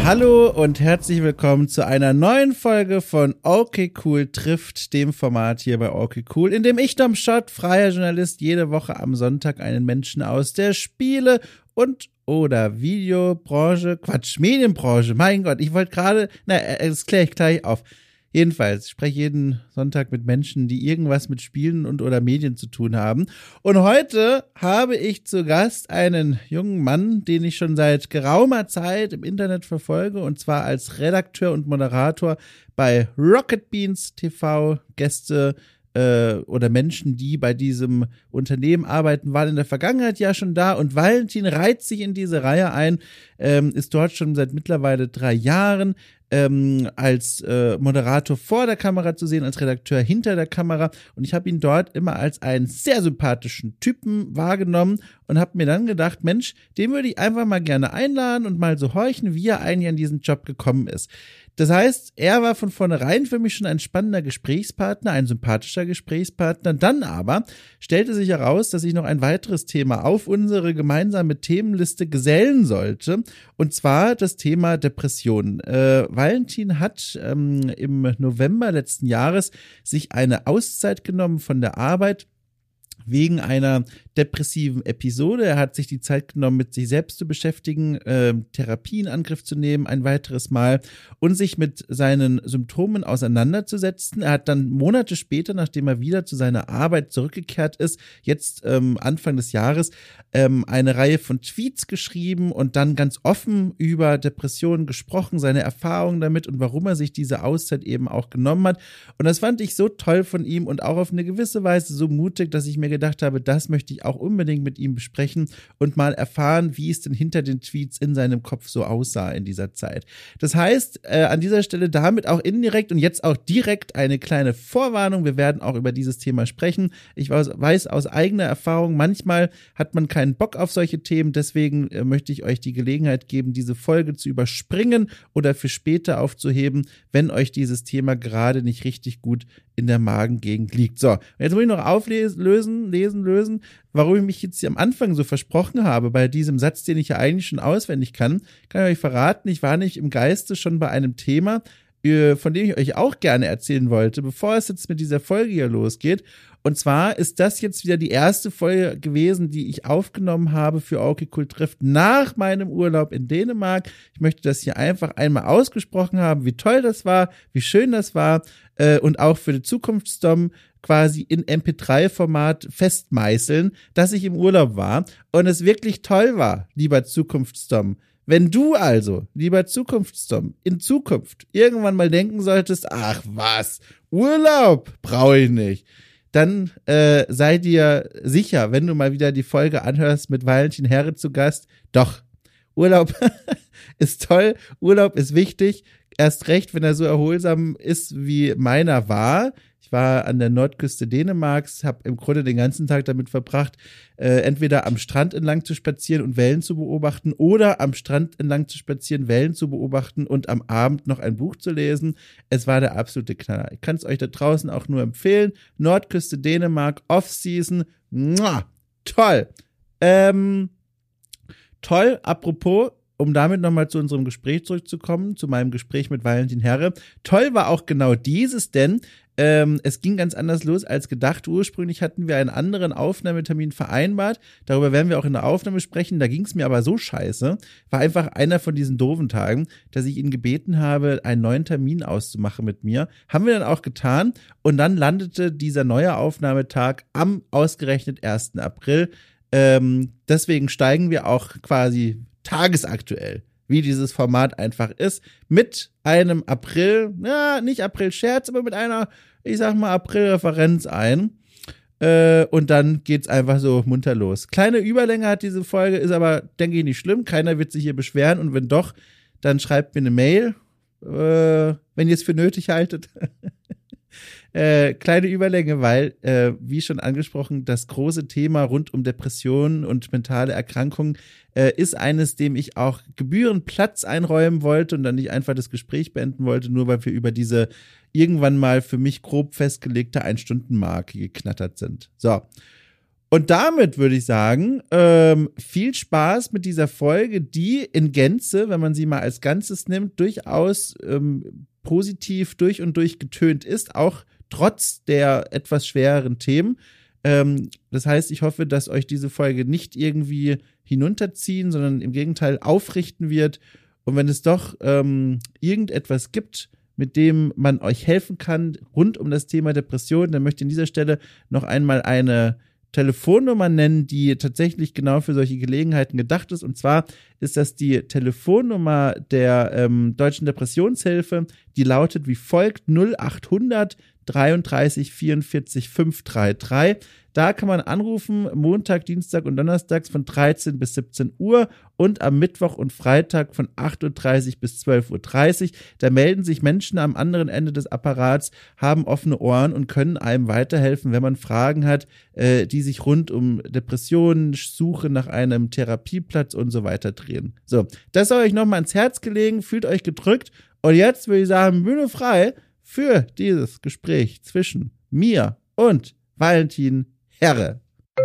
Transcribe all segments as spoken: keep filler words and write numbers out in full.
Hallo und herzlich willkommen zu einer neuen Folge von Okay Cool trifft, dem Format hier bei Okay Cool, in dem ich, Dom Schott, freier Journalist, jede Woche am Sonntag einen Menschen aus der Spiele- und oder Videobranche, Quatsch, Medienbranche, mein Gott, ich wollte gerade, na, das kläre ich gleich auf. Jedenfalls, ich spreche jeden Sonntag mit Menschen, die irgendwas mit Spielen und oder Medien zu tun haben. Und heute habe ich zu Gast einen jungen Mann, den ich schon seit geraumer Zeit im Internet verfolge, und zwar als Redakteur und Moderator bei Rocket Beans T V. Gäste äh, oder Menschen, die bei diesem Unternehmen arbeiten, waren in der Vergangenheit ja schon da. Und Valentin reiht sich in diese Reihe ein, ähm, ist dort schon seit mittlerweile drei Jahren, Ähm, als äh, Moderator vor der Kamera zu sehen, als Redakteur hinter der Kamera, und ich habe ihn dort immer als einen sehr sympathischen Typen wahrgenommen und habe mir dann gedacht, Mensch, den würde ich einfach mal gerne einladen und mal so horchen, wie er eigentlich an diesen Job gekommen ist. Das heißt, er war von vornherein für mich schon ein spannender Gesprächspartner, ein sympathischer Gesprächspartner. Dann aber stellte sich heraus, dass ich noch ein weiteres Thema auf unsere gemeinsame Themenliste gesellen sollte, und zwar das Thema Depressionen. Äh, Valentin hat ähm, im November letzten Jahres sich eine Auszeit genommen von der Arbeit wegen einer depressiven Episode. Er hat sich die Zeit genommen, mit sich selbst zu beschäftigen, äh, Therapie in Angriff zu nehmen, ein weiteres Mal, und sich mit seinen Symptomen auseinanderzusetzen. Er hat dann Monate später, nachdem er wieder zu seiner Arbeit zurückgekehrt ist, jetzt ähm, Anfang des Jahres, ähm, eine Reihe von Tweets geschrieben und dann ganz offen über Depressionen gesprochen, seine Erfahrungen damit und warum er sich diese Auszeit eben auch genommen hat. Und das fand ich so toll von ihm und auch auf eine gewisse Weise so mutig, dass ich mir gedacht habe, das möchte ich auch unbedingt mit ihm besprechen und mal erfahren, wie es denn hinter den Tweets in seinem Kopf so aussah in dieser Zeit. Das heißt, äh, an dieser Stelle damit auch indirekt und jetzt auch direkt eine kleine Vorwarnung. Wir werden auch über dieses Thema sprechen. Ich weiß, weiß aus eigener Erfahrung, manchmal hat man keinen Bock auf solche Themen, deswegen äh, möchte ich euch die Gelegenheit geben, diese Folge zu überspringen oder für später aufzuheben, wenn euch dieses Thema gerade nicht richtig gut in der Magengegend liegt. So, jetzt muss ich noch auflösen, lesen, lösen, warum ich mich jetzt hier am Anfang so versprochen habe bei diesem Satz, den ich ja eigentlich schon auswendig kann. Kann ich euch verraten, ich war nicht im Geiste schon bei einem Thema, von dem ich euch auch gerne erzählen wollte, bevor es jetzt mit dieser Folge hier losgeht. Und zwar ist das jetzt wieder die erste Folge gewesen, die ich aufgenommen habe für Okay Cool trifft nach meinem Urlaub in Dänemark. Ich möchte das hier einfach einmal ausgesprochen haben, wie toll das war, wie schön das war, äh, und auch für die Zukunftsdom quasi in M P drei Format festmeißeln, dass ich im Urlaub war und es wirklich toll war, lieber Zukunftsdom. Wenn du also, lieber Zukunftsdom, in Zukunft irgendwann mal denken solltest, ach was, Urlaub brauche ich nicht, dann äh, sei dir sicher, wenn du mal wieder die Folge anhörst mit Valentin Herre zu Gast, doch, Urlaub ist toll, Urlaub ist wichtig, erst recht, wenn er so erholsam ist, wie meiner war. Ich war an der Nordküste Dänemarks, habe im Grunde den ganzen Tag damit verbracht, äh, entweder am Strand entlang zu spazieren und Wellen zu beobachten oder am Strand entlang zu spazieren, Wellen zu beobachten und am Abend noch ein Buch zu lesen. Es war der absolute Knaller. Ich kann es euch da draußen auch nur empfehlen. Nordküste Dänemark, Off-Season, muah, toll. Ähm, toll, apropos, um damit nochmal zu unserem Gespräch zurückzukommen, zu meinem Gespräch mit Valentin Herre. Toll war auch genau dieses, denn ähm, es ging ganz anders los als gedacht. Ursprünglich hatten wir einen anderen Aufnahmetermin vereinbart. Darüber werden wir auch in der Aufnahme sprechen. Da ging es mir aber so scheiße. War einfach einer von diesen doofen Tagen, dass ich ihn gebeten habe, einen neuen Termin auszumachen mit mir. Haben wir dann auch getan. Und dann landete dieser neue Aufnahmetag am ausgerechnet ersten April. Ähm, deswegen steigen wir auch quasi tagesaktuell, wie dieses Format einfach ist, mit einem April, ja, nicht April-Scherz, aber mit einer, ich sag mal, April-Referenz ein. Äh, und dann geht's einfach so munter los. Kleine Überlänge hat diese Folge, ist aber, denke ich, nicht schlimm. Keiner wird sich hier beschweren. Und wenn doch, dann schreibt mir eine Mail, äh, wenn ihr es für nötig haltet. Äh, kleine Überlänge, weil, äh, wie schon angesprochen, das große Thema rund um Depressionen und mentale Erkrankungen äh, ist eines, dem ich auch gebührend Platz einräumen wollte und dann nicht einfach das Gespräch beenden wollte, nur weil wir über diese irgendwann mal für mich grob festgelegte Ein-Stunden-Marke geknattert sind. So. Und damit würde ich sagen, ähm, viel Spaß mit dieser Folge, die in Gänze, wenn man sie mal als Ganzes nimmt, durchaus ähm, positiv durch und durch getönt ist, auch trotz der etwas schwereren Themen. Ähm, das heißt, ich hoffe, dass euch diese Folge nicht irgendwie hinunterziehen, sondern im Gegenteil aufrichten wird. Und wenn es doch ähm, irgendetwas gibt, mit dem man euch helfen kann rund um das Thema Depression, dann möchte ich an dieser Stelle noch einmal eine Telefonnummer nennen, die tatsächlich genau für solche Gelegenheiten gedacht ist. Und zwar ist das die Telefonnummer der ähm, Deutschen Depressionshilfe. Die lautet wie folgt: null achthundert dreiunddreißig vierundvierzig fünfhundertdreiunddreißig. Da kann man anrufen, Montag, Dienstag und Donnerstags von dreizehn bis siebzehn Uhr und am Mittwoch und Freitag von acht Uhr dreißig bis zwölf Uhr dreißig. Da melden sich Menschen am anderen Ende des Apparats, haben offene Ohren und können einem weiterhelfen, wenn man Fragen hat, äh, die sich rund um Depressionen, Suche nach einem Therapieplatz und so weiter drehen. So, das soll euch nochmal ans Herz gelegen, fühlt euch gedrückt. Und jetzt würde ich sagen, Bühne frei für dieses Gespräch zwischen mir und Valentin Herre.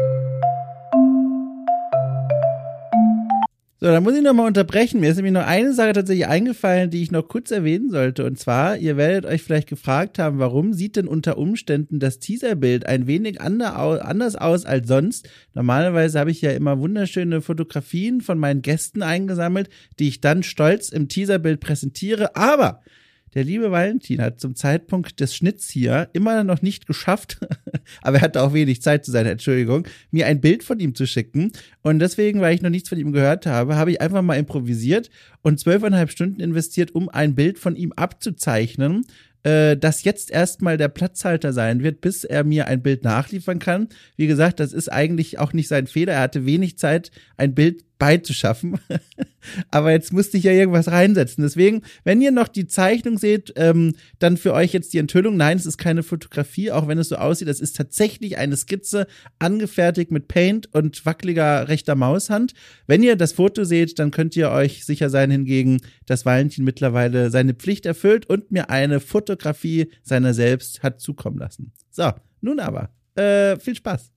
So, da muss ich nochmal unterbrechen. Mir ist nämlich noch eine Sache tatsächlich eingefallen, die ich noch kurz erwähnen sollte. Und zwar, ihr werdet euch vielleicht gefragt haben, warum sieht denn unter Umständen das Teaserbild ein wenig anders aus als sonst? Normalerweise habe ich ja immer wunderschöne Fotografien von meinen Gästen eingesammelt, die ich dann stolz im Teaserbild präsentiere. Aber der liebe Valentin hat zum Zeitpunkt des Schnitts hier immer noch nicht geschafft, aber er hatte auch wenig Zeit zu seiner Entschuldigung, mir ein Bild von ihm zu schicken. Und deswegen, weil ich noch nichts von ihm gehört habe, habe ich einfach mal improvisiert und zwölfeinhalb Stunden investiert, um ein Bild von ihm abzuzeichnen, äh, das jetzt erstmal der Platzhalter sein wird, bis er mir ein Bild nachliefern kann. Wie gesagt, das ist eigentlich auch nicht sein Fehler. Er hatte wenig Zeit, ein Bild beizuschaffen. Aber jetzt musste ich ja irgendwas reinsetzen. Deswegen, wenn ihr noch die Zeichnung seht, ähm, dann für euch jetzt die Enthüllung. Nein, es ist keine Fotografie, auch wenn es so aussieht. Es ist tatsächlich eine Skizze, angefertigt mit Paint und wackeliger rechter Maushand. Wenn ihr das Foto seht, dann könnt ihr euch sicher sein hingegen, dass Valentin mittlerweile seine Pflicht erfüllt und mir eine Fotografie seiner selbst hat zukommen lassen. So, nun aber, äh, viel Spaß.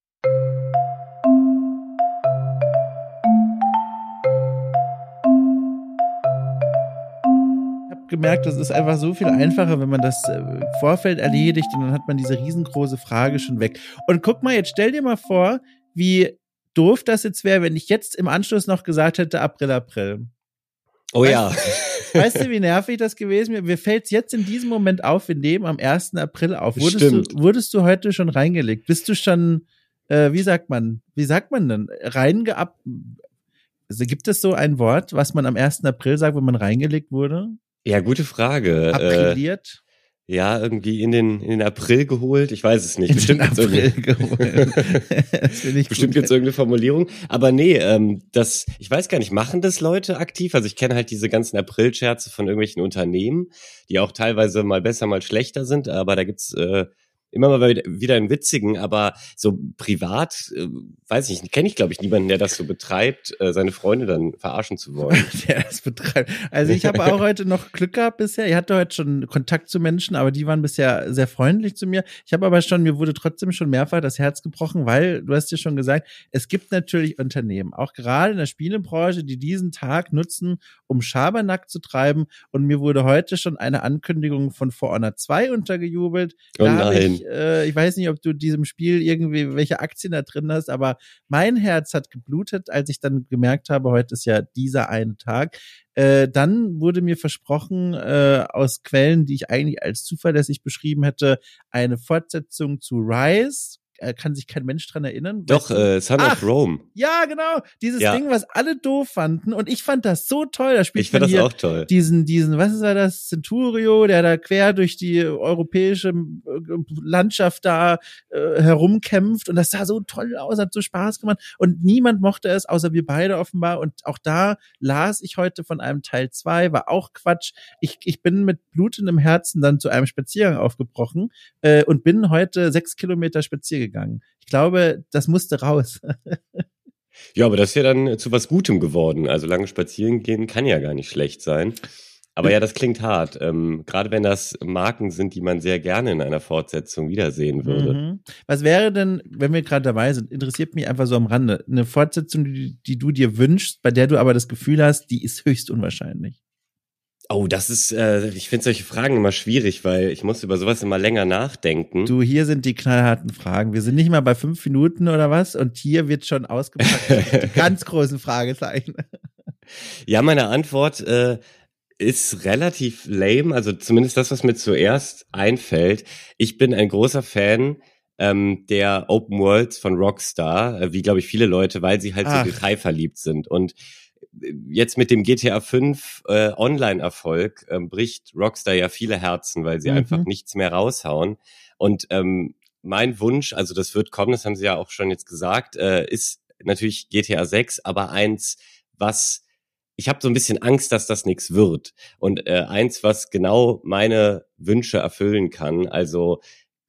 Gemerkt, das ist einfach so viel einfacher, wenn man das im Vorfeld erledigt und dann hat man diese riesengroße Frage schon weg. Und guck mal, jetzt stell dir mal vor, wie doof das jetzt wäre, wenn ich jetzt im Anschluss noch gesagt hätte, April, April. Oh weißt, ja. Weißt du, wie nervig das gewesen wäre? Mir fällt es jetzt in diesem Moment auf, wir nehmen am ersten April auf. Wurdest Stimmt. du, wurdest du heute schon reingelegt? Bist du schon, äh, wie sagt man, wie sagt man denn, reingeab... Also gibt es so ein Wort, was man am ersten April sagt, wenn man reingelegt wurde? Ja, gute Frage. Apriliert? Äh, ja, irgendwie in den in den April geholt. Ich weiß es nicht. Bestimmt in den April geholt. Das ich Bestimmt gibt es irgendeine Formulierung. Aber nee, ähm, das, ich weiß gar nicht, machen das Leute aktiv? Also ich kenne halt diese ganzen April-Scherze von irgendwelchen Unternehmen, die auch teilweise mal besser, mal schlechter sind. Aber da gibt's äh, immer mal wieder einen witzigen, aber so privat, äh, weiß ich nicht, kenne ich glaube ich niemanden, der das so betreibt, äh, seine Freunde dann verarschen zu wollen. Der das betreibt. Also ich habe auch heute noch Glück gehabt bisher. Ich hatte heute schon Kontakt zu Menschen, aber die waren bisher sehr freundlich zu mir. Ich habe aber schon, mir wurde trotzdem schon mehrfach das Herz gebrochen, weil, du hast ja schon gesagt, es gibt natürlich Unternehmen, auch gerade in der Spielebranche, die diesen Tag nutzen, um Schabernack zu treiben. Und mir wurde heute schon eine Ankündigung von For Honor zwei untergejubelt. Oh da nein. Ich, äh, ich weiß nicht, ob du diesem Spiel irgendwie welche Aktien da drin hast, aber mein Herz hat geblutet, als ich dann gemerkt habe, heute ist ja dieser eine Tag. Äh, dann wurde mir versprochen, äh, aus Quellen, die ich eigentlich als zuverlässig beschrieben hätte, eine Fortsetzung zu Rise. Kann sich kein Mensch dran erinnern. Doch, äh, Son Ach, of Rome. Ja, genau. Dieses ja. Ding, was alle doof fanden. Und ich fand das so toll. Da spielt ich fand man das hier auch toll. Diesen, diesen, was ist das? Centurio, der da quer durch die europäische Landschaft da äh, herumkämpft. Und das sah so toll aus, hat so Spaß gemacht. Und niemand mochte es, außer wir beide offenbar. Und auch da las ich heute von einem Teil zwei, war auch Quatsch. Ich, ich bin mit blutendem Herzen dann zu einem Spaziergang aufgebrochen äh, und bin heute sechs Kilometer spazieren gegangen. Ich glaube, das musste raus. Ja, aber das ist ja dann zu was Gutem geworden. Also lange spazieren gehen kann ja gar nicht schlecht sein. Aber ja, das klingt hart. Ähm, gerade wenn das Marken sind, die man sehr gerne in einer Fortsetzung wiedersehen würde. Mhm. Was wäre denn, wenn wir gerade dabei sind, interessiert mich einfach so am Rande, eine Fortsetzung, die, die du dir wünschst, bei der du aber das Gefühl hast, die ist höchst unwahrscheinlich? Oh, das ist, äh, ich finde solche Fragen immer schwierig, weil ich muss über sowas immer länger nachdenken. Du, hier sind die knallharten Fragen. Wir sind nicht mal bei fünf Minuten oder was und hier wird schon ausgepackt. Die ganz großen Fragezeichen. Ja, meine Antwort äh, ist relativ lame, also zumindest das, was mir zuerst einfällt. Ich bin ein großer Fan ähm, der Open Worlds von Rockstar, äh, wie glaube ich viele Leute, weil sie halt Ach. so detailverliebt sind. Und jetzt mit dem G T A fünf äh, Online-Erfolg ähm, bricht Rockstar ja viele Herzen, weil sie mhm. einfach nichts mehr raushauen. Und ähm, mein Wunsch, also das wird kommen, das haben sie ja auch schon jetzt gesagt, äh, ist natürlich G T A sechs, aber eins, was ich habe so ein bisschen Angst, dass das nichts wird. Und äh, eins, was genau meine Wünsche erfüllen kann, also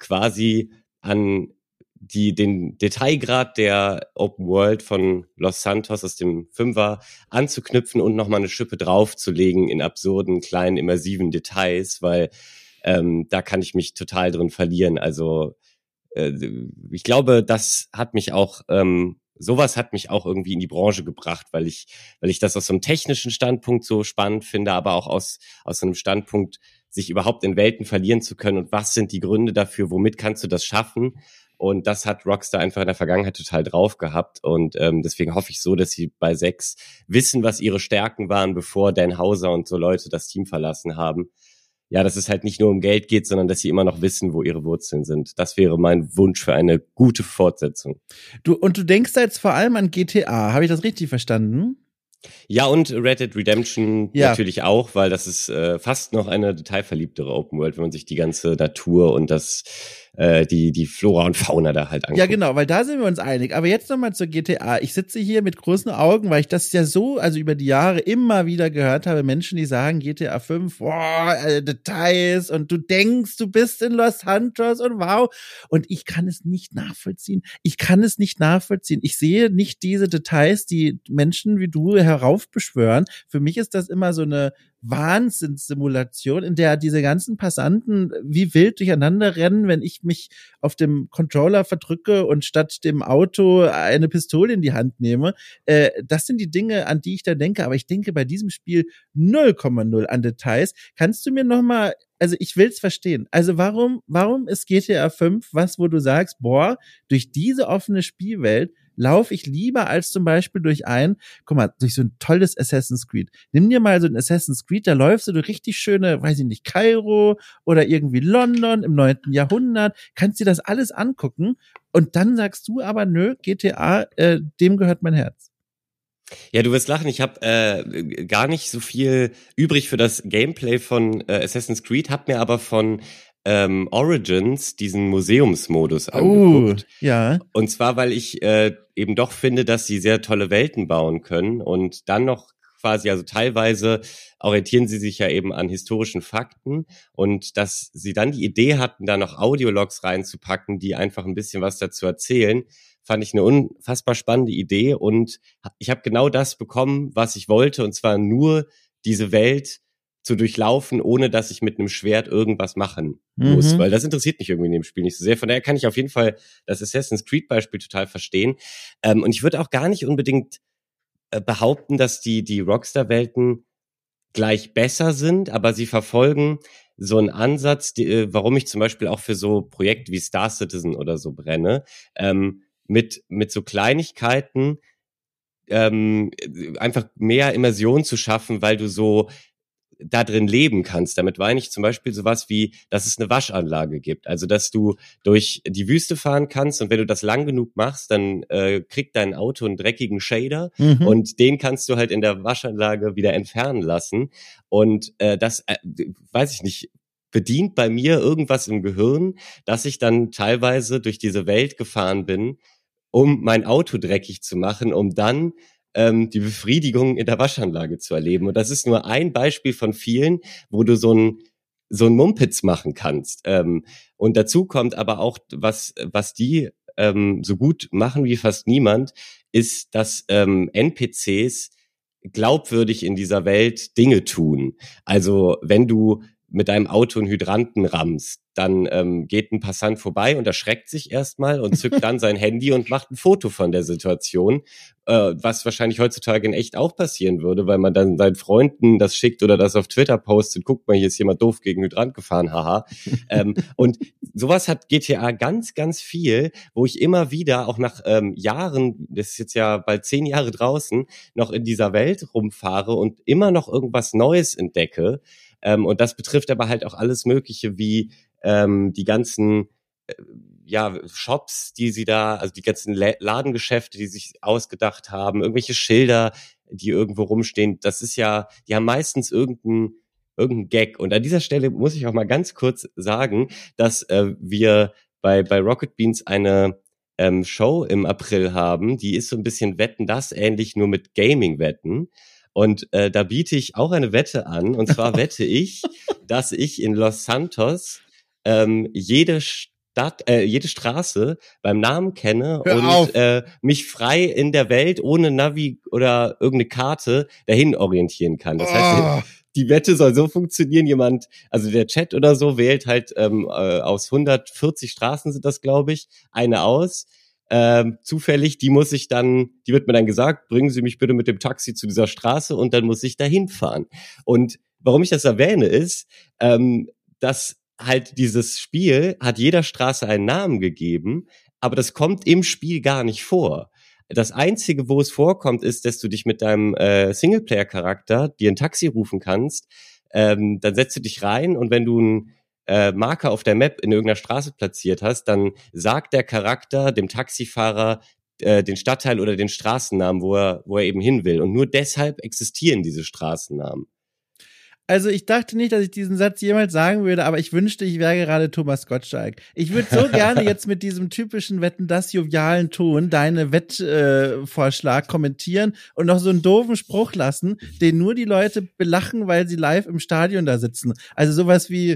quasi an die den Detailgrad der Open World von Los Santos aus dem Fünfer anzuknüpfen und nochmal eine Schippe draufzulegen in absurden, kleinen, immersiven Details, weil ähm, da kann ich mich total drin verlieren. Also äh, ich glaube, das hat mich auch, ähm, sowas hat mich auch irgendwie in die Branche gebracht, weil ich, weil ich das aus so einem technischen Standpunkt so spannend finde, aber auch aus aus so einem Standpunkt, sich überhaupt in Welten verlieren zu können und was sind die Gründe dafür, womit kannst du das schaffen? Und das hat Rockstar einfach in der Vergangenheit total drauf gehabt. Und ähm, deswegen hoffe ich so, dass sie bei sechs wissen, was ihre Stärken waren, bevor Dan Houser und so Leute das Team verlassen haben. Ja, dass es halt nicht nur um Geld geht, sondern dass sie immer noch wissen, wo ihre Wurzeln sind. Das wäre mein Wunsch für eine gute Fortsetzung. Du und du denkst jetzt vor allem an G T A. Habe ich das richtig verstanden? Ja, und Red Dead Redemption ja. natürlich auch, weil das ist äh, fast noch eine detailverliebtere Open World, wenn man sich die ganze Natur und das äh, die die Flora und Fauna da halt anguckt. Ja, genau, weil da sind wir uns einig. Aber jetzt nochmal zur G T A. Ich sitze hier mit großen Augen, weil ich das ja so, also über die Jahre immer wieder gehört habe, Menschen, die sagen G T A fünf, boah, äh, Details und du denkst, du bist in Los Santos und wow. Und ich kann es nicht nachvollziehen. Ich kann es nicht nachvollziehen. Ich sehe nicht diese Details, die Menschen wie du heraufbeschwören. Für mich ist das immer so eine Wahnsinnssimulation, in der diese ganzen Passanten wie wild durcheinander rennen, wenn ich mich auf dem Controller verdrücke und statt dem Auto eine Pistole in die Hand nehme. Äh, das sind die Dinge, an die ich da denke. Aber ich denke bei diesem Spiel null Komma null an Details. Kannst du mir nochmal, also ich will's verstehen. Also warum, warum ist G T A fünf was, wo du sagst, boah, durch diese offene Spielwelt laufe ich lieber als zum Beispiel durch ein, guck mal, durch so ein tolles Assassin's Creed. Nimm dir mal so ein Assassin's Creed, da läufst du durch richtig schöne, weiß ich nicht, Kairo oder irgendwie London im neunten Jahrhundert, kannst dir das alles angucken und dann sagst du aber, nö, G T A, äh, dem gehört mein Herz. Ja, du wirst lachen, ich habe äh, gar nicht so viel übrig für das Gameplay von äh, Assassin's Creed, hab mir aber von ähm, Origins diesen Museumsmodus angeguckt. Oh, ja. Und zwar, weil ich äh, eben doch finde, dass sie sehr tolle Welten bauen können und dann noch quasi, also teilweise orientieren sie sich ja eben an historischen Fakten und dass sie dann die Idee hatten, da noch Audiologs reinzupacken, die einfach ein bisschen was dazu erzählen, fand ich eine unfassbar spannende Idee und ich habe genau das bekommen, was ich wollte, und zwar nur diese Welt zu durchlaufen, ohne dass ich mit einem Schwert irgendwas machen muss, mhm. weil das interessiert mich irgendwie in dem Spiel nicht so sehr. Von daher kann ich auf jeden Fall das Assassin's Creed Beispiel total verstehen. Ähm, und ich würde auch gar nicht unbedingt äh, behaupten, dass die die Rockstar-Welten gleich besser sind, aber sie verfolgen so einen Ansatz, die, äh, warum ich zum Beispiel auch für so Projekte wie Star Citizen oder so brenne, ähm, mit mit so Kleinigkeiten ähm, einfach mehr Immersion zu schaffen, weil du so da drin leben kannst. Damit meine ich zum Beispiel sowas wie, dass es eine Waschanlage gibt. Also, dass du durch die Wüste fahren kannst und wenn du das lang genug machst, dann äh, kriegt dein Auto einen dreckigen Shader mhm. und den kannst du halt in der Waschanlage wieder entfernen lassen. Und äh, das, äh, weiß ich nicht, bedient bei mir irgendwas im Gehirn, dass ich dann teilweise durch diese Welt gefahren bin, um mein Auto dreckig zu machen, um dann ähm, die Befriedigung in der Waschanlage zu erleben. Und das ist nur ein Beispiel von vielen, wo du so ein so ein Mumpitz machen kannst. Ähm, und dazu kommt aber auch, was was die ähm, so gut machen wie fast niemand, ist, dass ähm, N P Cs glaubwürdig in dieser Welt Dinge tun. Also wenn du mit deinem Auto einen Hydranten rammst, dann ähm, geht ein Passant vorbei und erschreckt sich erstmal und zückt dann sein Handy und macht ein Foto von der Situation, äh, was wahrscheinlich heutzutage in echt auch passieren würde, weil man dann seinen Freunden das schickt oder das auf Twitter postet, guck mal, hier ist jemand doof gegen Hydrant gefahren, haha. ähm, und sowas hat G T A ganz, ganz viel, wo ich immer wieder, auch nach ähm, Jahren, das ist jetzt ja bald zehn Jahre draußen, noch in dieser Welt rumfahre und immer noch irgendwas Neues entdecke. Ähm, und das betrifft aber halt auch alles Mögliche wie ähm, die ganzen äh, ja Shops, die sie da, also die ganzen La- Ladengeschäfte, die sich ausgedacht haben, irgendwelche Schilder, die irgendwo rumstehen. Das ist ja, die haben meistens irgendeinen irgendein Gag. Und an dieser Stelle muss ich auch mal ganz kurz sagen, dass äh, wir bei bei Rocket Beans eine ähm, Show im April haben, die ist so ein bisschen Wetten, das ähnlich, nur mit Gaming-Wetten. Und äh, da biete ich auch eine Wette an. Und zwar wette ich, dass ich in Los Santos ähm, jede Stadt, äh, jede Straße beim Namen kenne Hör und auf. äh, mich frei in der Welt ohne Navi oder irgendeine Karte dahin orientieren kann. Das heißt, Oh. die Wette soll so funktionieren, jemand, also der Chat oder so wählt halt ähm, äh, aus hundertvierzig Straßen sind das, glaube ich, eine aus. Ähm, zufällig, die muss ich dann, die wird mir dann gesagt, bringen Sie mich bitte mit dem Taxi zu dieser Straße und dann muss ich dahin fahren. Und warum ich das erwähne, ist, ähm, dass halt dieses Spiel hat jeder Straße einen Namen gegeben, aber das kommt im Spiel gar nicht vor. Das Einzige, wo es vorkommt, ist, dass du dich mit deinem äh, Singleplayer-Charakter dir ein Taxi rufen kannst, ähm, dann setzt du dich rein und wenn du ein Äh, Marker auf der Map in irgendeiner Straße platziert hast, dann sagt der Charakter dem Taxifahrer äh, den Stadtteil oder den Straßennamen, wo er, wo er eben hin will. Und nur deshalb existieren diese Straßennamen. Also ich dachte nicht, dass ich diesen Satz jemals sagen würde, aber ich wünschte, ich wäre gerade Thomas Gottschalk. Ich würde so gerne jetzt mit diesem typischen Wetten, das jovialen Ton deine Wettvorschlag äh, kommentieren und noch so einen doofen Spruch lassen, den nur die Leute belachen, weil sie live im Stadion da sitzen. Also sowas wie: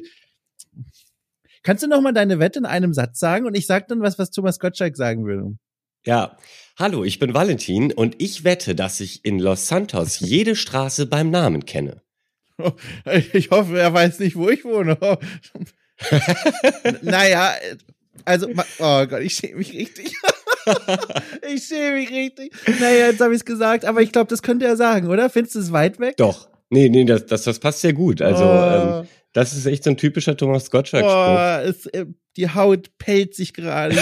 Kannst du noch mal deine Wette in einem Satz sagen? Und ich sag dann was, was Thomas Gottschalk sagen würde. Ja, hallo, ich bin Valentin und ich wette, dass ich in Los Santos jede Straße beim Namen kenne. Oh, ich hoffe, er weiß nicht, wo ich wohne. Oh. Naja, also, oh Gott, ich schäme mich richtig. Ich schäme mich richtig. Naja, jetzt habe ich es gesagt, aber ich glaube, das könnte er sagen, oder? Findest du es weit weg? Doch. Nee, nee, das, das, das passt sehr gut. Also, oh. ähm, das ist echt so ein typischer Thomas Gottschalk-Spruch. Oh, es, die Haut pellt sich gerade.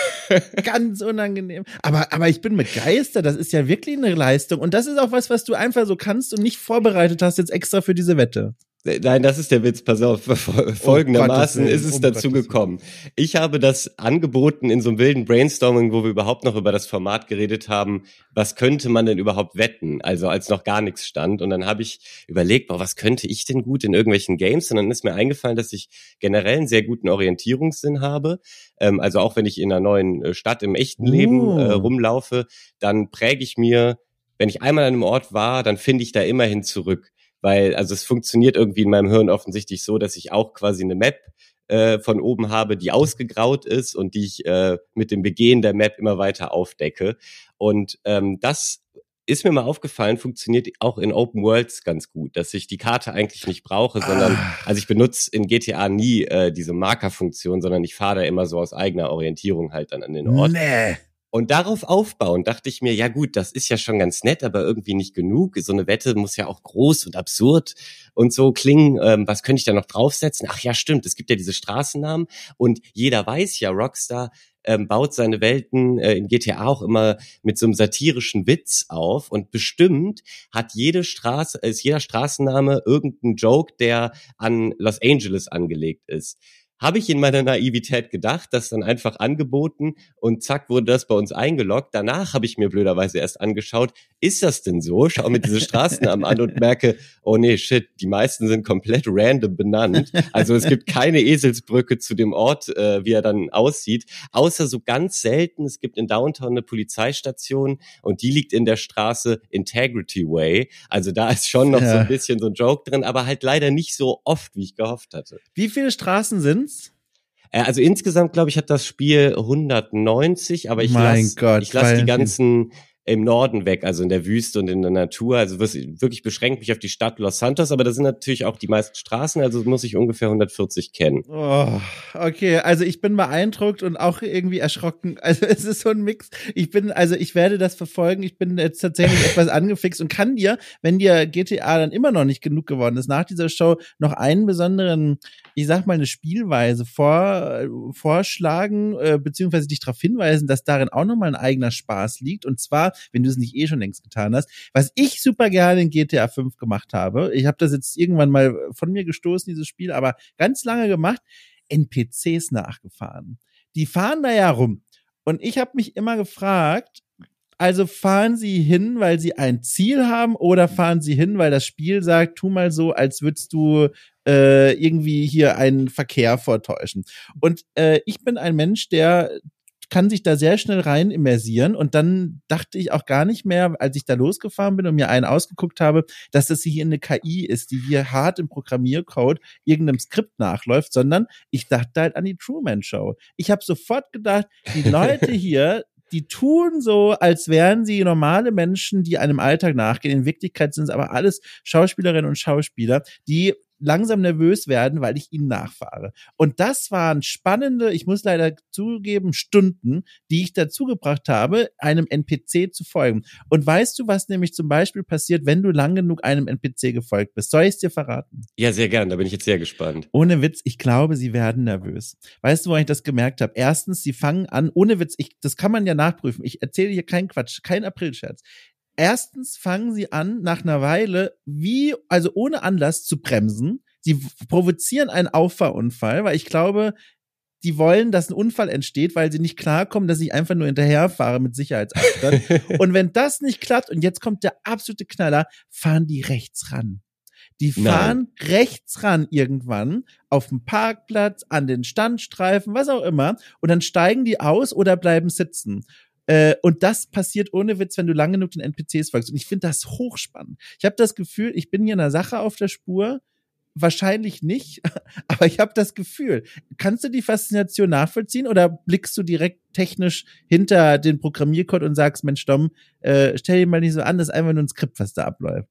Ganz unangenehm. Aber, aber ich bin begeistert. Das ist ja wirklich eine Leistung. Und das ist auch was, was du einfach so kannst und nicht vorbereitet hast jetzt extra für diese Wette. Nein, das ist der Witz. Pass auf, folgendermaßen ist es dazu gekommen. Ich habe das angeboten in so einem wilden Brainstorming, wo wir überhaupt noch über das Format geredet haben. Was könnte man denn überhaupt wetten? Also als noch gar nichts stand. Und dann habe ich überlegt, boah, was könnte ich denn gut in irgendwelchen Games? Und dann ist mir eingefallen, dass ich generell einen sehr guten Orientierungssinn habe. Ähm, also auch wenn ich in einer neuen Stadt im echten Leben Oh. äh, rumlaufe, dann präge ich mir, wenn ich einmal an einem Ort war, dann finde ich da immerhin zurück. Weil, also es funktioniert irgendwie in meinem Hirn offensichtlich so, dass ich auch quasi eine Map äh, von oben habe, die ausgegraut ist und die ich äh, mit dem Begehen der Map immer weiter aufdecke. Und ähm, das ist mir mal aufgefallen, funktioniert auch in Open Worlds ganz gut, dass ich die Karte eigentlich nicht brauche, sondern, Ah. also ich benutze in G T A nie äh, diese Markerfunktion, sondern ich fahre da immer so aus eigener Orientierung halt dann an den Ort. Nee. Und darauf aufbauen, dachte ich mir, ja gut, das ist ja schon ganz nett, aber irgendwie nicht genug. So eine Wette muss ja auch groß und absurd und so klingen. Ähm, was könnte ich da noch draufsetzen? Ach ja, stimmt, es gibt ja diese Straßennamen und jeder weiß ja, Rockstar ähm, baut seine Welten äh, in G T A auch immer mit so einem satirischen Witz auf und bestimmt hat jede Straße, ist jeder Straßenname irgendein Joke, der an Los Angeles angelegt ist. Habe ich in meiner Naivität gedacht, das dann einfach angeboten und zack wurde das bei uns eingeloggt. Danach habe ich mir blöderweise erst angeschaut, ist das denn so? Schau mir diese Straßennamen an und merke, oh nee, shit, die meisten sind komplett random benannt. Also es gibt keine Eselsbrücke zu dem Ort, äh, wie er dann aussieht, außer so ganz selten, es gibt in Downtown eine Polizeistation und die liegt in der Straße Integrity Way. Also da ist schon noch ja. so ein bisschen so ein Joke drin, aber halt leider nicht so oft, wie ich gehofft hatte. Wie viele Straßen sind's? Also insgesamt, glaube ich, hat das Spiel hundertneunzig, aber ich lasse ich lass die ganzen im Norden weg, also in der Wüste und in der Natur. Also wirklich beschränkt mich auf die Stadt Los Santos, aber da sind natürlich auch die meisten Straßen, also muss ich ungefähr hundertvierzig kennen. Oh, okay, also ich bin beeindruckt und auch irgendwie erschrocken. Also es ist so ein Mix. Ich bin, also ich werde das verfolgen. Ich bin jetzt tatsächlich etwas angefixt und kann dir, wenn dir G T A dann immer noch nicht genug geworden ist, nach dieser Show noch einen besonderen, ich sag mal, eine Spielweise vor, vorschlagen, äh, beziehungsweise dich darauf hinweisen, dass darin auch nochmal ein eigener Spaß liegt. Und zwar, wenn du es nicht eh schon längst getan hast, was ich super gerne in G T A fünf gemacht habe. Ich habe das jetzt irgendwann mal von mir gestoßen, dieses Spiel, aber ganz lange gemacht, N P Cs nachgefahren. Die fahren da ja rum. Und ich habe mich immer gefragt, also fahren sie hin, weil sie ein Ziel haben, oder fahren sie hin, weil das Spiel sagt, tu mal so, als würdest du äh, irgendwie hier einen Verkehr vortäuschen. Und äh, ich bin ein Mensch, der kann sich da sehr schnell rein immersieren, und dann dachte ich auch gar nicht mehr, als ich da losgefahren bin und mir einen ausgeguckt habe, dass das hier eine K I ist, die hier hart im Programmiercode irgendeinem Skript nachläuft, sondern ich dachte halt an die Truman Show. Ich habe sofort gedacht, die Leute hier, die tun so, als wären sie normale Menschen, die einem Alltag nachgehen. In Wirklichkeit sind es aber alles Schauspielerinnen und Schauspieler, die langsam nervös werden, weil ich ihnen nachfahre. Und das waren spannende, ich muss leider zugeben, Stunden, die ich dazu gebracht habe, einem N P C zu folgen. Und weißt du, was nämlich zum Beispiel passiert, wenn du lang genug einem N P C gefolgt bist? Soll ich es dir verraten? Ja, sehr gern, da bin ich jetzt sehr gespannt. Ohne Witz, ich glaube, sie werden nervös. Weißt du, wo ich das gemerkt habe? Erstens, sie fangen an, ohne Witz, ich, das kann man ja nachprüfen, ich erzähle hier keinen Quatsch, kein Aprilscherz. Erstens fangen sie an, nach einer Weile, wie, also ohne Anlass zu bremsen. Sie provozieren einen Auffahrunfall, weil ich glaube, die wollen, dass ein Unfall entsteht, weil sie nicht klarkommen, dass ich einfach nur hinterherfahre mit Sicherheitsabstand. Und wenn das nicht klappt, und jetzt kommt der absolute Knaller, fahren die rechts ran. Die fahren Nein. rechts ran irgendwann auf dem Parkplatz, an den Standstreifen, was auch immer, und dann steigen die aus oder bleiben sitzen. Äh, und das passiert ohne Witz, wenn du lang genug den N P Cs folgst. Und ich finde das hochspannend. Ich habe das Gefühl, ich bin hier einer Sache auf der Spur. Wahrscheinlich nicht, aber ich habe das Gefühl. Kannst du die Faszination nachvollziehen, oder blickst du direkt technisch hinter den Programmiercode und sagst, Mensch Dom, äh, stell dir mal nicht so an, das ist einfach nur ein Skript, was da abläuft?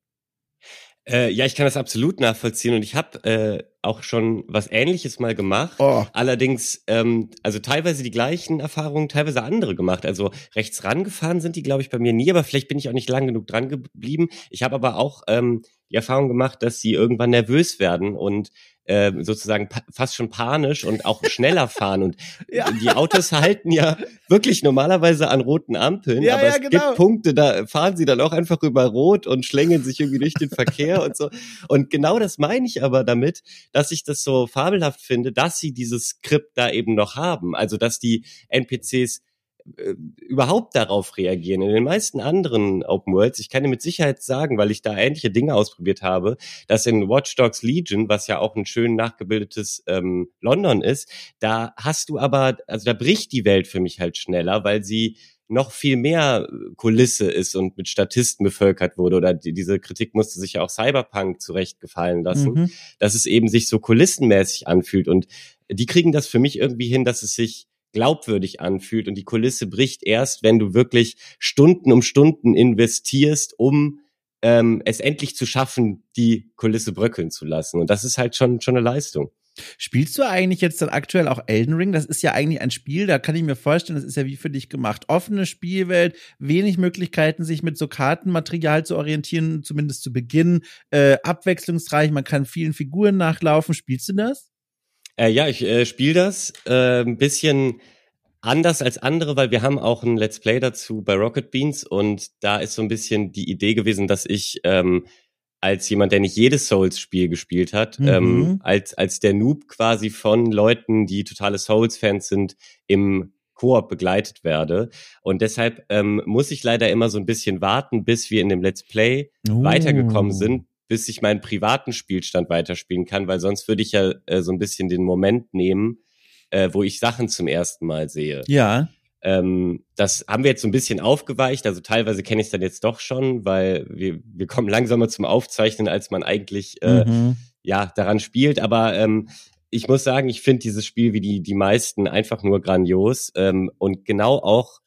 Äh, ja, ich kann das absolut nachvollziehen, und ich habe äh, auch schon was Ähnliches mal gemacht. Oh. Allerdings, ähm, also teilweise die gleichen Erfahrungen, teilweise andere gemacht. Also rechts rangefahren sind die, glaube ich, bei mir nie, aber vielleicht bin ich auch nicht lang genug dran geblieben. Ich habe aber auch ähm, die Erfahrung gemacht, dass sie irgendwann nervös werden und äh, sozusagen pa- fast schon panisch und auch schneller fahren. Und ja. Die Autos halten ja wirklich normalerweise an roten Ampeln, ja, aber ja, es genau. gibt Punkte, da fahren sie dann auch einfach über Rot und schlängeln sich irgendwie durch den Verkehr und so. Und genau das meine ich aber damit, dass ich das so fabelhaft finde, dass sie dieses Skript da eben noch haben. Also dass die N P Cs überhaupt darauf reagieren. In den meisten anderen Open Worlds, ich kann dir mit Sicherheit sagen, weil ich da ähnliche Dinge ausprobiert habe, dass in Watch Dogs Legion, was ja auch ein schön nachgebildetes ähm, London ist, da hast du aber, also da bricht die Welt für mich halt schneller, weil sie noch viel mehr Kulisse ist und mit Statisten bevölkert wurde, oder die, diese Kritik musste sich ja auch Cyberpunk zurecht gefallen lassen, mhm. dass es eben sich so kulissenmäßig anfühlt, und die kriegen das für mich irgendwie hin, dass es sich glaubwürdig anfühlt, und die Kulisse bricht erst, wenn du wirklich Stunden um Stunden investierst, um ähm, es endlich zu schaffen, die Kulisse bröckeln zu lassen. Und das ist halt schon schon eine Leistung. Spielst du eigentlich jetzt dann aktuell auch Elden Ring? Das ist ja eigentlich ein Spiel, da kann ich mir vorstellen, das ist ja wie für dich gemacht. Offene Spielwelt, wenig Möglichkeiten, sich mit so Kartenmaterial zu orientieren, zumindest zu Beginn. Äh, abwechslungsreich, man kann vielen Figuren nachlaufen. Spielst du das? Äh, ja, ich äh, spiele das äh, ein bisschen anders als andere, weil wir haben auch ein Let's Play dazu bei Rocket Beans, und da ist so ein bisschen die Idee gewesen, dass ich ähm, als jemand, der nicht jedes Souls-Spiel gespielt hat, mhm. ähm, als als der Noob quasi von Leuten, die totale Souls-Fans sind, im Koop begleitet werde. Und deshalb ähm, muss ich leider immer so ein bisschen warten, bis wir in dem Let's Play oh. weitergekommen sind, bis ich meinen privaten Spielstand weiterspielen kann, weil sonst würde ich ja äh, so ein bisschen den Moment nehmen, äh, wo ich Sachen zum ersten Mal sehe. Ja. Ähm, das haben wir jetzt so ein bisschen aufgeweicht, also teilweise kenne ich es dann jetzt doch schon, weil wir wir kommen langsamer zum Aufzeichnen, als man eigentlich äh, mhm. ja daran spielt, aber ähm, ich muss sagen, ich finde dieses Spiel wie die die meisten einfach nur grandios, ähm, und genau auch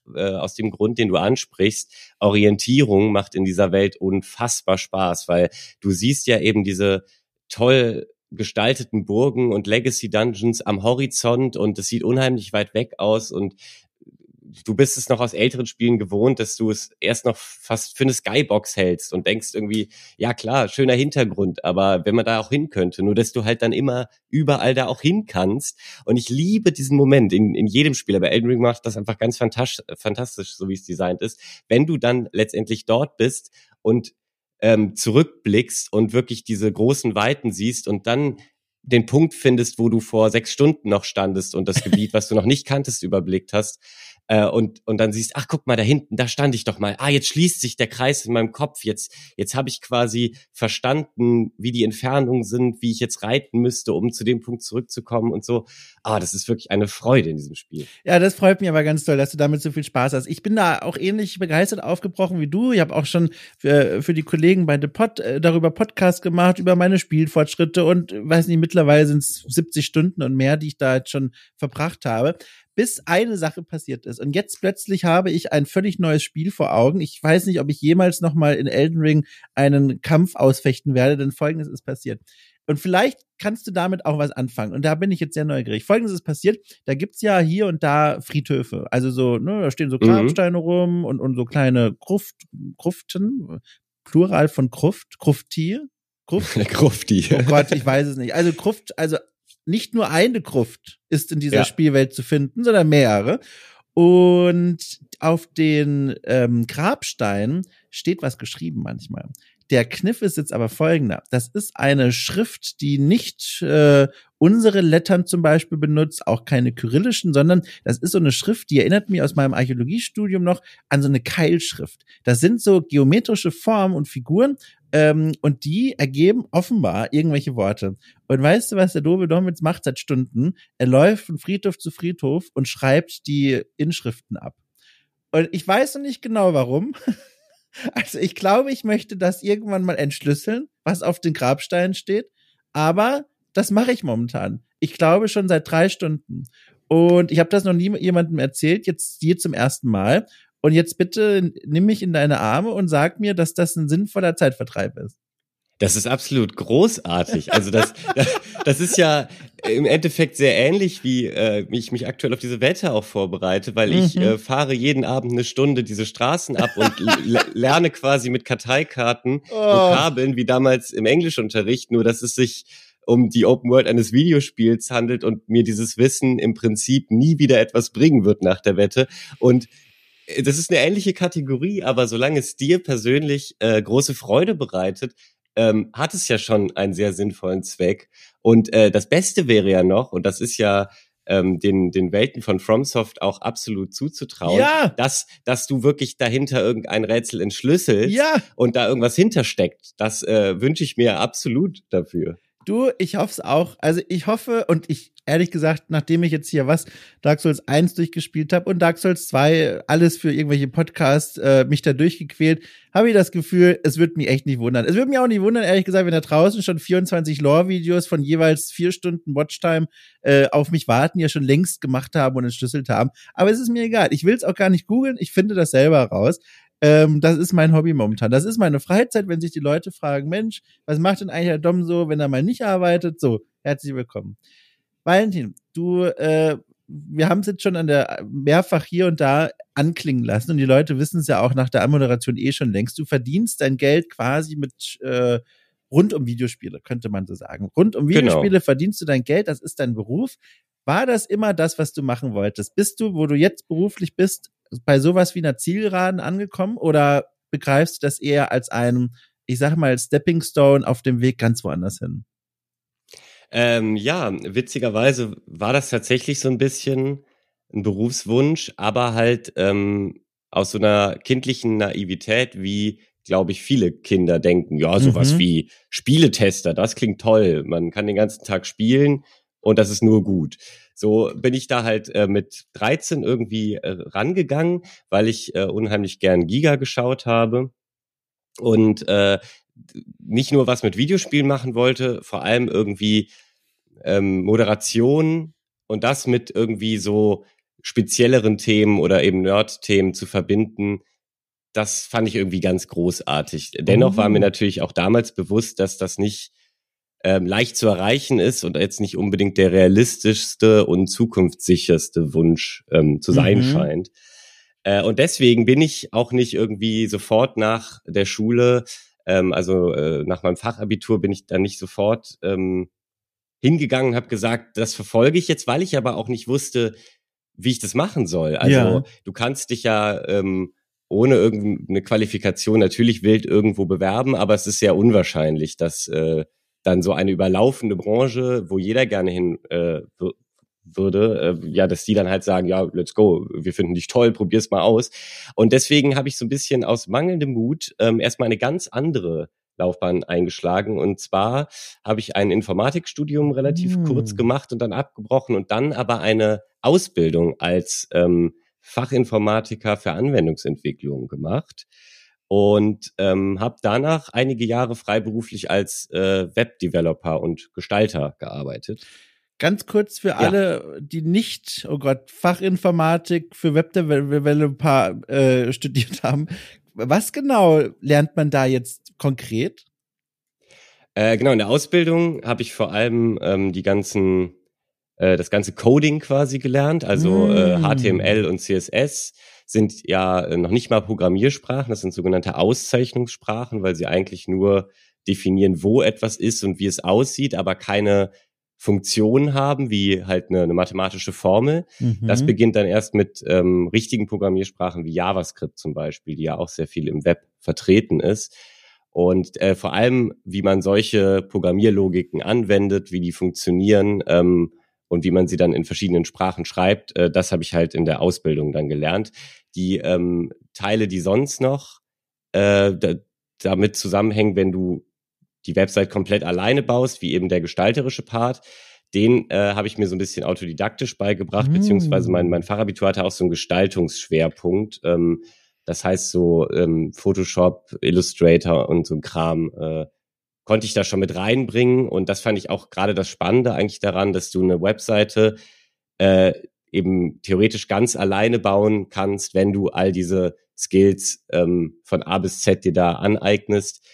äh, aus dem Grund, den du ansprichst. Orientierung macht in dieser Welt unfassbar Spaß, weil du siehst ja eben diese toll gestalteten Burgen und Legacy Dungeons am Horizont und es sieht unheimlich weit weg aus und du bist es noch aus älteren Spielen gewohnt, dass du es erst noch fast für eine Skybox hältst und denkst irgendwie, ja klar, schöner Hintergrund, aber wenn man da auch hin könnte, nur dass du halt dann immer überall da auch hin kannst. Und ich liebe diesen Moment in, in jedem Spiel, aber Elden Ring macht das einfach ganz fantastisch, fantastisch, so wie es designt ist, wenn du dann letztendlich dort bist und ähm, zurückblickst und wirklich diese großen Weiten siehst und dann den Punkt findest, wo du vor sechs Stunden noch standest und das Gebiet, was du noch nicht kanntest, überblickt hast. Äh, und und dann siehst, ach guck mal, da hinten, da stand ich doch mal. Ah, jetzt schließt sich der Kreis in meinem Kopf. Jetzt jetzt habe ich quasi verstanden, wie die Entfernungen sind, wie ich jetzt reiten müsste, um zu dem Punkt zurückzukommen und so. Ah, das ist wirklich eine Freude in diesem Spiel. Ja, das freut mich aber ganz toll, dass du damit so viel Spaß hast. Ich bin da auch ähnlich begeistert aufgebrochen wie du. Ich habe auch schon für, für die Kollegen bei The Pod äh, darüber Podcast gemacht, über meine Spielfortschritte und weiß nicht, mittlerweile sind es siebzig Stunden und mehr, die ich da jetzt schon verbracht habe. Bis eine Sache passiert ist. Und jetzt plötzlich habe ich ein völlig neues Spiel vor Augen. Ich weiß nicht, ob ich jemals noch mal in Elden Ring einen Kampf ausfechten werde, denn Folgendes ist passiert. Und vielleicht kannst du damit auch was anfangen. Und da bin ich jetzt sehr neugierig. Folgendes ist passiert, da gibt's ja hier und da Friedhöfe. Also so, ne, da stehen so Grabsteine mhm. rum und, und so kleine Gruft, Gruften, Plural von Gruft, Grufti. Gruft? Grufti. Oh Gott, ich weiß es nicht. Also Gruft, also nicht nur eine Gruft ist in dieser ja. Spielwelt zu finden, sondern mehrere. Und auf den ähm, Grabsteinen steht was geschrieben manchmal. Der Kniff ist jetzt aber folgender. Das ist eine Schrift, die nicht äh, unsere Lettern zum Beispiel benutzt, auch keine kyrillischen, sondern das ist so eine Schrift, die erinnert mich aus meinem Archäologiestudium noch an so eine Keilschrift. Das sind so geometrische Formen und Figuren ähm, und die ergeben offenbar irgendwelche Worte. Und weißt du, was der doofe Dom jetzt macht seit Stunden? Er läuft von Friedhof zu Friedhof und schreibt die Inschriften ab. Und ich weiß noch nicht genau, warum. Also ich glaube, ich möchte das irgendwann mal entschlüsseln, was auf den Grabsteinen steht, aber das mache ich momentan. Ich glaube schon seit drei Stunden. Und ich habe das noch nie jemandem erzählt, jetzt dir zum ersten Mal. Und jetzt bitte nimm mich in deine Arme und sag mir, dass das ein sinnvoller Zeitvertreib ist. Das ist absolut großartig. Also das, das ist ja im Endeffekt sehr ähnlich, wie äh, ich mich aktuell auf diese Wette auch vorbereite, weil ich mhm. äh, fahre jeden Abend eine Stunde diese Straßen ab und l- lerne quasi mit Karteikarten oh. Vokabeln, wie damals im Englischunterricht, nur dass es sich um die Open World eines Videospiels handelt und mir dieses Wissen im Prinzip nie wieder etwas bringen wird nach der Wette. Und das ist eine ähnliche Kategorie, aber solange es dir persönlich äh, große Freude bereitet, Ähm, hat es ja schon einen sehr sinnvollen Zweck. Und äh, das Beste wäre ja noch, und das ist ja ähm, den den Welten von FromSoft auch absolut zuzutrauen, ja. dass dass du wirklich dahinter irgendein Rätsel entschlüsselst ja. und da irgendwas hintersteckt. Das äh, wünsche ich mir absolut dafür. Du, ich hoffe es auch. Also ich hoffe und ich, ehrlich gesagt, nachdem ich jetzt hier was Dark Souls eins durchgespielt habe und Dark Souls zwei, alles für irgendwelche Podcasts, äh, mich da durchgequält, habe ich das Gefühl, es wird mich echt nicht wundern. Es würde mich auch nicht wundern, ehrlich gesagt, wenn da draußen schon vierundzwanzig Lore-Videos von jeweils vier Stunden Watchtime äh, auf mich warten, die ja schon längst gemacht haben und entschlüsselt haben. Aber es ist mir egal. Ich will es auch gar nicht googeln. Ich finde das selber raus. Ähm, das ist mein Hobby momentan. Das ist meine Freizeit, wenn sich die Leute fragen, Mensch, was macht denn eigentlich der Dom so, wenn er mal nicht arbeitet? So, herzlich willkommen. Valentin, du, äh, wir haben es jetzt schon an der mehrfach hier und da anklingen lassen und die Leute wissen es ja auch nach der Anmoderation eh schon längst. Du verdienst dein Geld quasi mit äh, rund um Videospiele, könnte man so sagen. Rund um Videospiele genau. verdienst du dein Geld, das ist dein Beruf. War das immer das, was du machen wolltest? Bist du, wo du jetzt beruflich bist, bei sowas wie einer Zielgeraden angekommen oder begreifst du das eher als einen, ich sag mal, Stepping Stone auf dem Weg ganz woanders hin? Ähm, ja, witzigerweise war das tatsächlich so ein bisschen ein Berufswunsch, aber halt ähm, aus so einer kindlichen Naivität, wie, glaube ich, viele Kinder denken, ja, sowas mhm. wie Spieletester, das klingt toll, man kann den ganzen Tag spielen und das ist nur gut. So bin ich da halt äh, mit dreizehn irgendwie äh, rangegangen, weil ich äh, unheimlich gern Giga geschaut habe und äh, nicht nur was mit Videospielen machen wollte, vor allem irgendwie ähm, Moderation und das mit irgendwie so spezielleren Themen oder eben Nerd-Themen zu verbinden, das fand ich irgendwie ganz großartig. Dennoch mhm. war mir natürlich auch damals bewusst, dass das nicht ähm, leicht zu erreichen ist und jetzt nicht unbedingt der realistischste und zukunftssicherste Wunsch ähm, zu sein mhm. scheint. Äh, und deswegen bin ich auch nicht irgendwie sofort nach der Schule, ähm, also äh, nach meinem Fachabitur bin ich dann nicht sofort ähm, hingegangen und habe gesagt, das verfolge ich jetzt, weil ich aber auch nicht wusste, wie ich das machen soll. Also ja. du kannst dich ja ähm, ohne irgendeine Qualifikation natürlich wild irgendwo bewerben, aber es ist sehr unwahrscheinlich, dass äh, dann so eine überlaufende Branche, wo jeder gerne hin äh, w- würde, äh, ja, dass die dann halt sagen, ja, let's go, wir finden dich toll, probier's mal aus. Und deswegen habe ich so ein bisschen aus mangelndem Mut ähm, erstmal eine ganz andere Laufbahn eingeschlagen. Und zwar habe ich ein Informatikstudium relativ hm. kurz gemacht und dann abgebrochen und dann aber eine Ausbildung als ähm, Fachinformatiker für Anwendungsentwicklung gemacht und ähm, habe danach einige Jahre freiberuflich als äh, Webdeveloper und Gestalter gearbeitet. Ganz kurz für alle, ja. die nicht, oh Gott, Fachinformatik für Webdeveloper äh, studiert haben. Was genau lernt man da jetzt konkret? Äh, genau, in der Ausbildung habe ich vor allem ähm, die ganzen, äh, das ganze Coding quasi gelernt. Also mm. äh, H T M L und C S S sind ja äh, noch nicht mal Programmiersprachen. Das sind sogenannte Auszeichnungssprachen, weil sie eigentlich nur definieren, wo etwas ist und wie es aussieht, aber keine Funktionen haben, wie halt eine, eine mathematische Formel. Mhm. Das beginnt dann erst mit ähm, richtigen Programmiersprachen wie JavaScript zum Beispiel, die ja auch sehr viel im Web vertreten ist. Und äh, vor allem, wie man solche Programmierlogiken anwendet, wie die funktionieren ähm, und wie man sie dann in verschiedenen Sprachen schreibt, äh, das habe ich halt in der Ausbildung dann gelernt. Die ähm, Teile, die sonst noch äh, da, damit zusammenhängen, wenn du die Website komplett alleine baust, wie eben der gestalterische Part, den äh, habe ich mir so ein bisschen autodidaktisch beigebracht, mm. beziehungsweise mein, mein Fachabitur hatte auch so einen Gestaltungsschwerpunkt. Ähm, das heißt so ähm, Photoshop, Illustrator und so ein Kram äh, konnte ich da schon mit reinbringen. Und das fand ich auch gerade das Spannende eigentlich daran, dass du eine Webseite äh, eben theoretisch ganz alleine bauen kannst, wenn du all diese Skills ähm, von A bis Z dir da aneignest,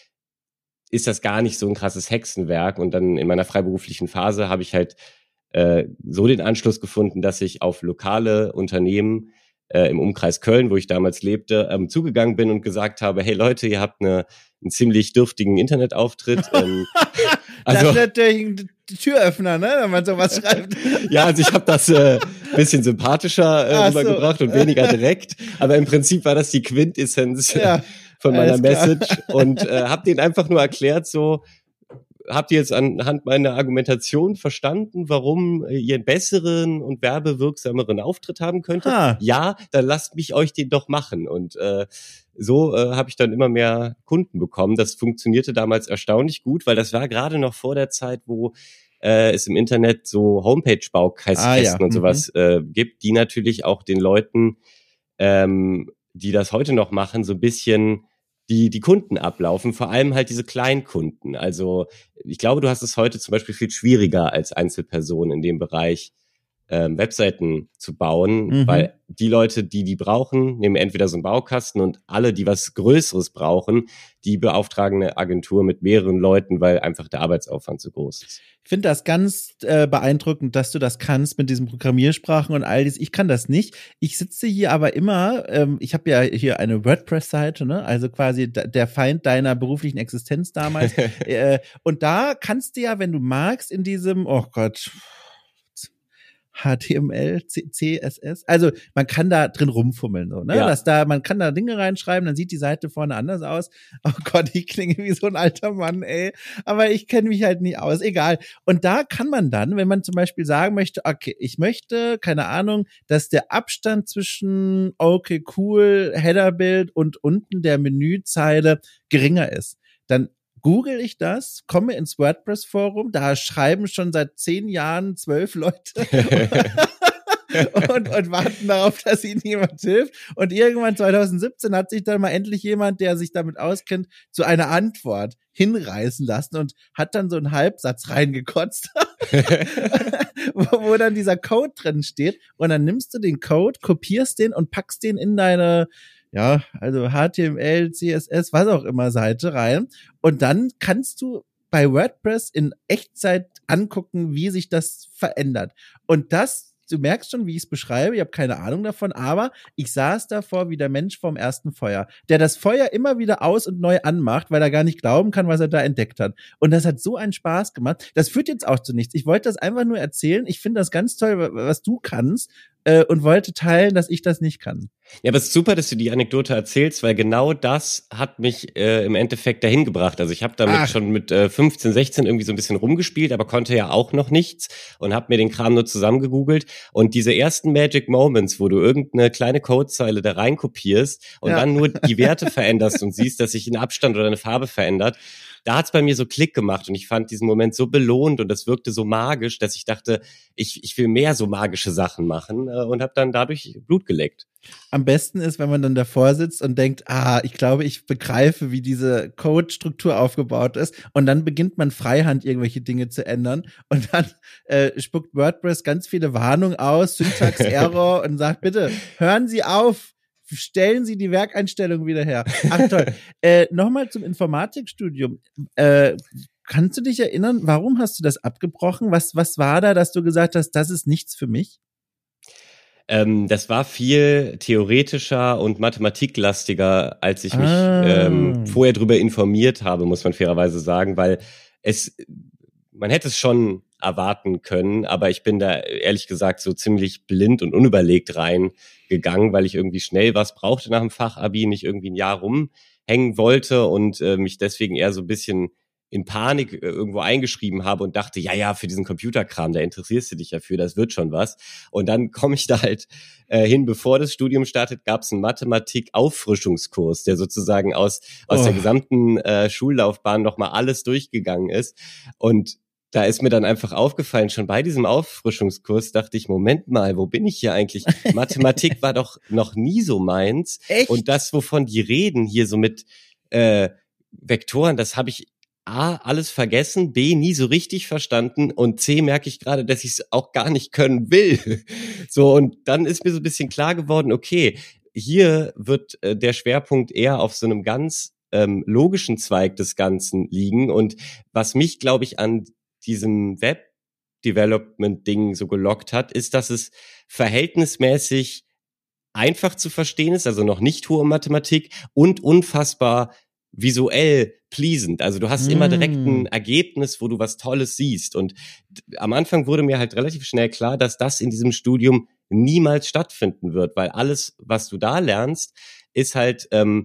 ist das gar nicht so ein krasses Hexenwerk. Und dann in meiner freiberuflichen Phase habe ich halt äh, so den Anschluss gefunden, dass ich auf lokale Unternehmen äh, im Umkreis Köln, wo ich damals lebte, ähm, zugegangen bin und gesagt habe, hey Leute, ihr habt eine, einen ziemlich dürftigen Internetauftritt. Ähm, also, das ist natürlich ein Türöffner, ne, wenn man sowas schreibt. Ja, also ich habe das äh, bisschen sympathischer äh, rübergebracht so. Und weniger direkt. Aber im Prinzip war das die Quintessenz ja. von meiner Message und äh, hab denen einfach nur erklärt, so, habt ihr jetzt anhand meiner Argumentation verstanden, warum ihr einen besseren und werbewirksameren Auftritt haben könntet? Ha. Ja, dann lasst mich euch den doch machen. Und äh, so äh, habe ich dann immer mehr Kunden bekommen. Das funktionierte damals erstaunlich gut, weil das war gerade noch vor der Zeit, wo äh, es im Internet so Homepage-Baukästen ah, ja. und sowas mhm. äh, gibt, die natürlich auch den Leuten, ähm, die das heute noch machen, so ein bisschen die die Kunden ablaufen, vor allem halt diese Kleinkunden. Also ich glaube, du hast es heute zum Beispiel viel schwieriger als Einzelperson in dem Bereich, ähm, Webseiten zu bauen, mhm. weil die Leute, die die brauchen, nehmen entweder so einen Baukasten und alle, die was Größeres brauchen, die beauftragen eine Agentur mit mehreren Leuten, weil einfach der Arbeitsaufwand so groß ist. Ich finde das ganz äh, beeindruckend, dass du das kannst mit diesen Programmiersprachen und all dies. Ich kann das nicht. Ich sitze hier aber immer, ähm, ich habe ja hier eine WordPress-Seite, ne? Also quasi d- der Feind deiner beruflichen Existenz damals. äh, und da kannst du ja, wenn du magst, in diesem, oh Gott, H T M L, C S S. Also man kann da drin rumfummeln, so, ne? Ja. Dass da, man kann da Dinge reinschreiben, dann sieht die Seite vorne anders aus. Oh Gott, ich klinge wie so ein alter Mann, ey. Aber ich kenne mich halt nicht aus. Egal. Und da kann man dann, wenn man zum Beispiel sagen möchte, okay, ich möchte, keine Ahnung, dass der Abstand zwischen okay, cool, Headerbild und unten der Menüzeile geringer ist, dann google ich das, komme ins WordPress-Forum, da schreiben schon seit zehn Jahren zwölf Leute. und, und warten darauf, dass ihnen jemand hilft. Und irgendwann zwanzig siebzehn hat sich dann mal endlich jemand, der sich damit auskennt, zu einer Antwort hinreißen lassen und hat dann so einen Halbsatz reingekotzt, wo, wo dann dieser Code drin steht. Und dann nimmst du den Code, kopierst den und packst den in deine, ja, also H T M L, C S S, was auch immer Seite rein. Und dann kannst du bei WordPress in Echtzeit angucken, wie sich das verändert. Und das, du merkst schon, wie ich es beschreibe, ich habe keine Ahnung davon, aber ich saß davor wie der Mensch vorm ersten Feuer, der das Feuer immer wieder aus und neu anmacht, weil er gar nicht glauben kann, was er da entdeckt hat. Und das hat so einen Spaß gemacht. Das führt jetzt auch zu nichts. Ich wollte das einfach nur erzählen. Ich finde das ganz toll, was du kannst, äh, und wollte teilen, dass ich das nicht kann. Ja, aber es ist super, dass du die Anekdote erzählst, weil genau das hat mich äh, im Endeffekt dahin gebracht. Also ich habe damit Ach. schon mit äh, fünfzehn, sechzehn irgendwie so ein bisschen rumgespielt, aber konnte ja auch noch nichts und habe mir den Kram nur zusammengegoogelt. Und diese ersten Magic Moments, wo du irgendeine kleine Codezeile da rein kopierst und ja. dann nur die Werte veränderst und siehst, dass sich ein Abstand oder eine Farbe verändert, da hat's bei mir so Klick gemacht und ich fand diesen Moment so belohnt und das wirkte so magisch, dass ich dachte, ich ich will mehr so magische Sachen machen äh, und habe dann dadurch Blut geleckt. Am besten ist, wenn man dann davor sitzt und denkt, ah, ich glaube, ich begreife, wie diese Code-Struktur aufgebaut ist und dann beginnt man freihand irgendwelche Dinge zu ändern und dann äh, spuckt WordPress ganz viele Warnungen aus, Syntax-Error und sagt, bitte, hören Sie auf, stellen Sie die Werkeinstellung wieder her. Ach toll. äh, Nochmal zum Informatikstudium. Äh, kannst du dich erinnern, warum hast du das abgebrochen? Was, was war da, dass du gesagt hast, das ist nichts für mich? Ähm, das war viel theoretischer und mathematiklastiger, als ich mich ah. ähm, vorher drüber informiert habe, muss man fairerweise sagen, weil es, man hätte es schon erwarten können, aber ich bin da ehrlich gesagt so ziemlich blind und unüberlegt reingegangen, weil ich irgendwie schnell was brauchte nach dem Fachabi, nicht irgendwie ein Jahr rumhängen wollte und äh, mich deswegen eher so ein bisschen in Panik äh, irgendwo eingeschrieben habe und dachte, ja, ja, für diesen Computerkram, da interessierst du dich ja für, das wird schon was. Und dann komme ich da halt äh, hin, bevor das Studium startet, gab es einen Mathematik-Auffrischungskurs, der sozusagen aus aus oh. der gesamten äh, Schullaufbahn nochmal alles durchgegangen ist. Und da ist mir dann einfach aufgefallen, schon bei diesem Auffrischungskurs dachte ich, Moment mal, wo bin ich hier eigentlich? Mathematik war doch noch nie so meins. Echt? Und das, wovon die reden hier so mit äh, Vektoren, das habe ich A, alles vergessen, B, nie so richtig verstanden und C, merke ich gerade, dass ich es auch gar nicht können will. So, und dann ist mir so ein bisschen klar geworden, okay, hier wird äh, der Schwerpunkt eher auf so einem ganz ähm, logischen Zweig des Ganzen liegen. Und was mich, glaube ich, an diesem Web-Development-Ding so gelockt hat, ist, dass es verhältnismäßig einfach zu verstehen ist, also noch nicht hohe Mathematik und unfassbar visuell pleasend. Also du hast mm. immer direkt ein Ergebnis, wo du was Tolles siehst. Und am Anfang wurde mir halt relativ schnell klar, dass das in diesem Studium niemals stattfinden wird, weil alles, was du da lernst, ist halt ähm,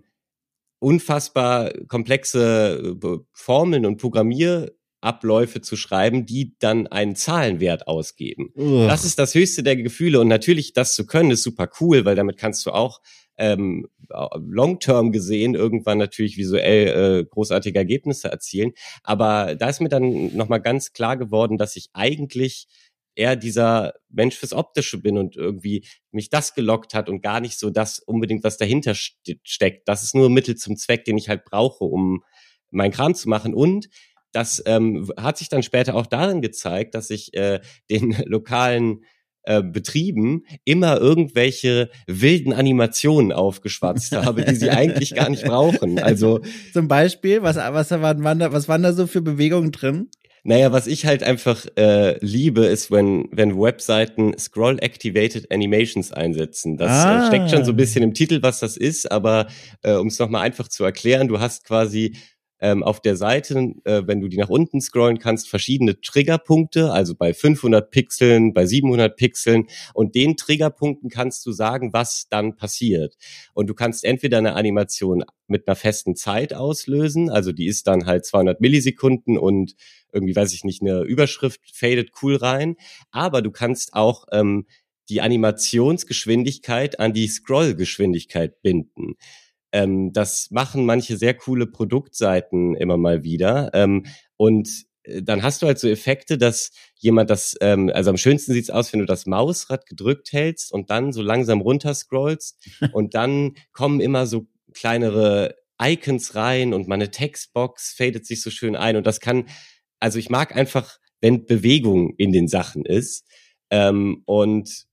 unfassbar komplexe Formeln und Programmierabläufe zu schreiben, die dann einen Zahlenwert ausgeben. Ugh. Das ist das höchste der Gefühle und natürlich das zu können ist super cool, weil damit kannst du auch ähm, long-term gesehen irgendwann natürlich visuell äh, großartige Ergebnisse erzielen. Aber da ist mir dann nochmal ganz klar geworden, dass ich eigentlich eher dieser Mensch fürs Optische bin und irgendwie mich das gelockt hat und gar nicht so das unbedingt, was dahinter ste- steckt. Das ist nur Mittel zum Zweck, den ich halt brauche, um meinen Kram zu machen. Und das ähm, hat sich dann später auch darin gezeigt, dass ich äh, den lokalen äh, Betrieben immer irgendwelche wilden Animationen aufgeschwatzt habe, die sie eigentlich gar nicht brauchen. Also zum Beispiel, was, was, waren da, was waren da so für Bewegungen drin? Naja, was ich halt einfach äh, liebe, ist, wenn wenn Webseiten Scroll-Activated Animations einsetzen. Das ah. äh, steckt schon so ein bisschen im Titel, was das ist, aber äh, um es nochmal einfach zu erklären, du hast quasi ähm, auf der Seite, äh, wenn du die nach unten scrollen kannst, verschiedene Triggerpunkte, also bei fünfhundert Pixeln, bei siebenhundert Pixeln und den Triggerpunkten kannst du sagen, was dann passiert. Und du kannst entweder eine Animation mit einer festen Zeit auslösen, also die ist dann halt zweihundert Millisekunden und irgendwie, weiß ich nicht, eine Überschrift fadet cool rein, aber du kannst auch ähm, die Animationsgeschwindigkeit an die Scrollgeschwindigkeit binden. Ähm, das machen manche sehr coole Produktseiten immer mal wieder ähm, und dann hast du halt so Effekte, dass jemand das, ähm, also am schönsten sieht's aus, wenn du das Mausrad gedrückt hältst und dann so langsam runterscrollst und dann kommen immer so kleinere Icons rein und meine Textbox fadet sich so schön ein und das kann, also ich mag einfach, wenn Bewegung in den Sachen ist, ähm, und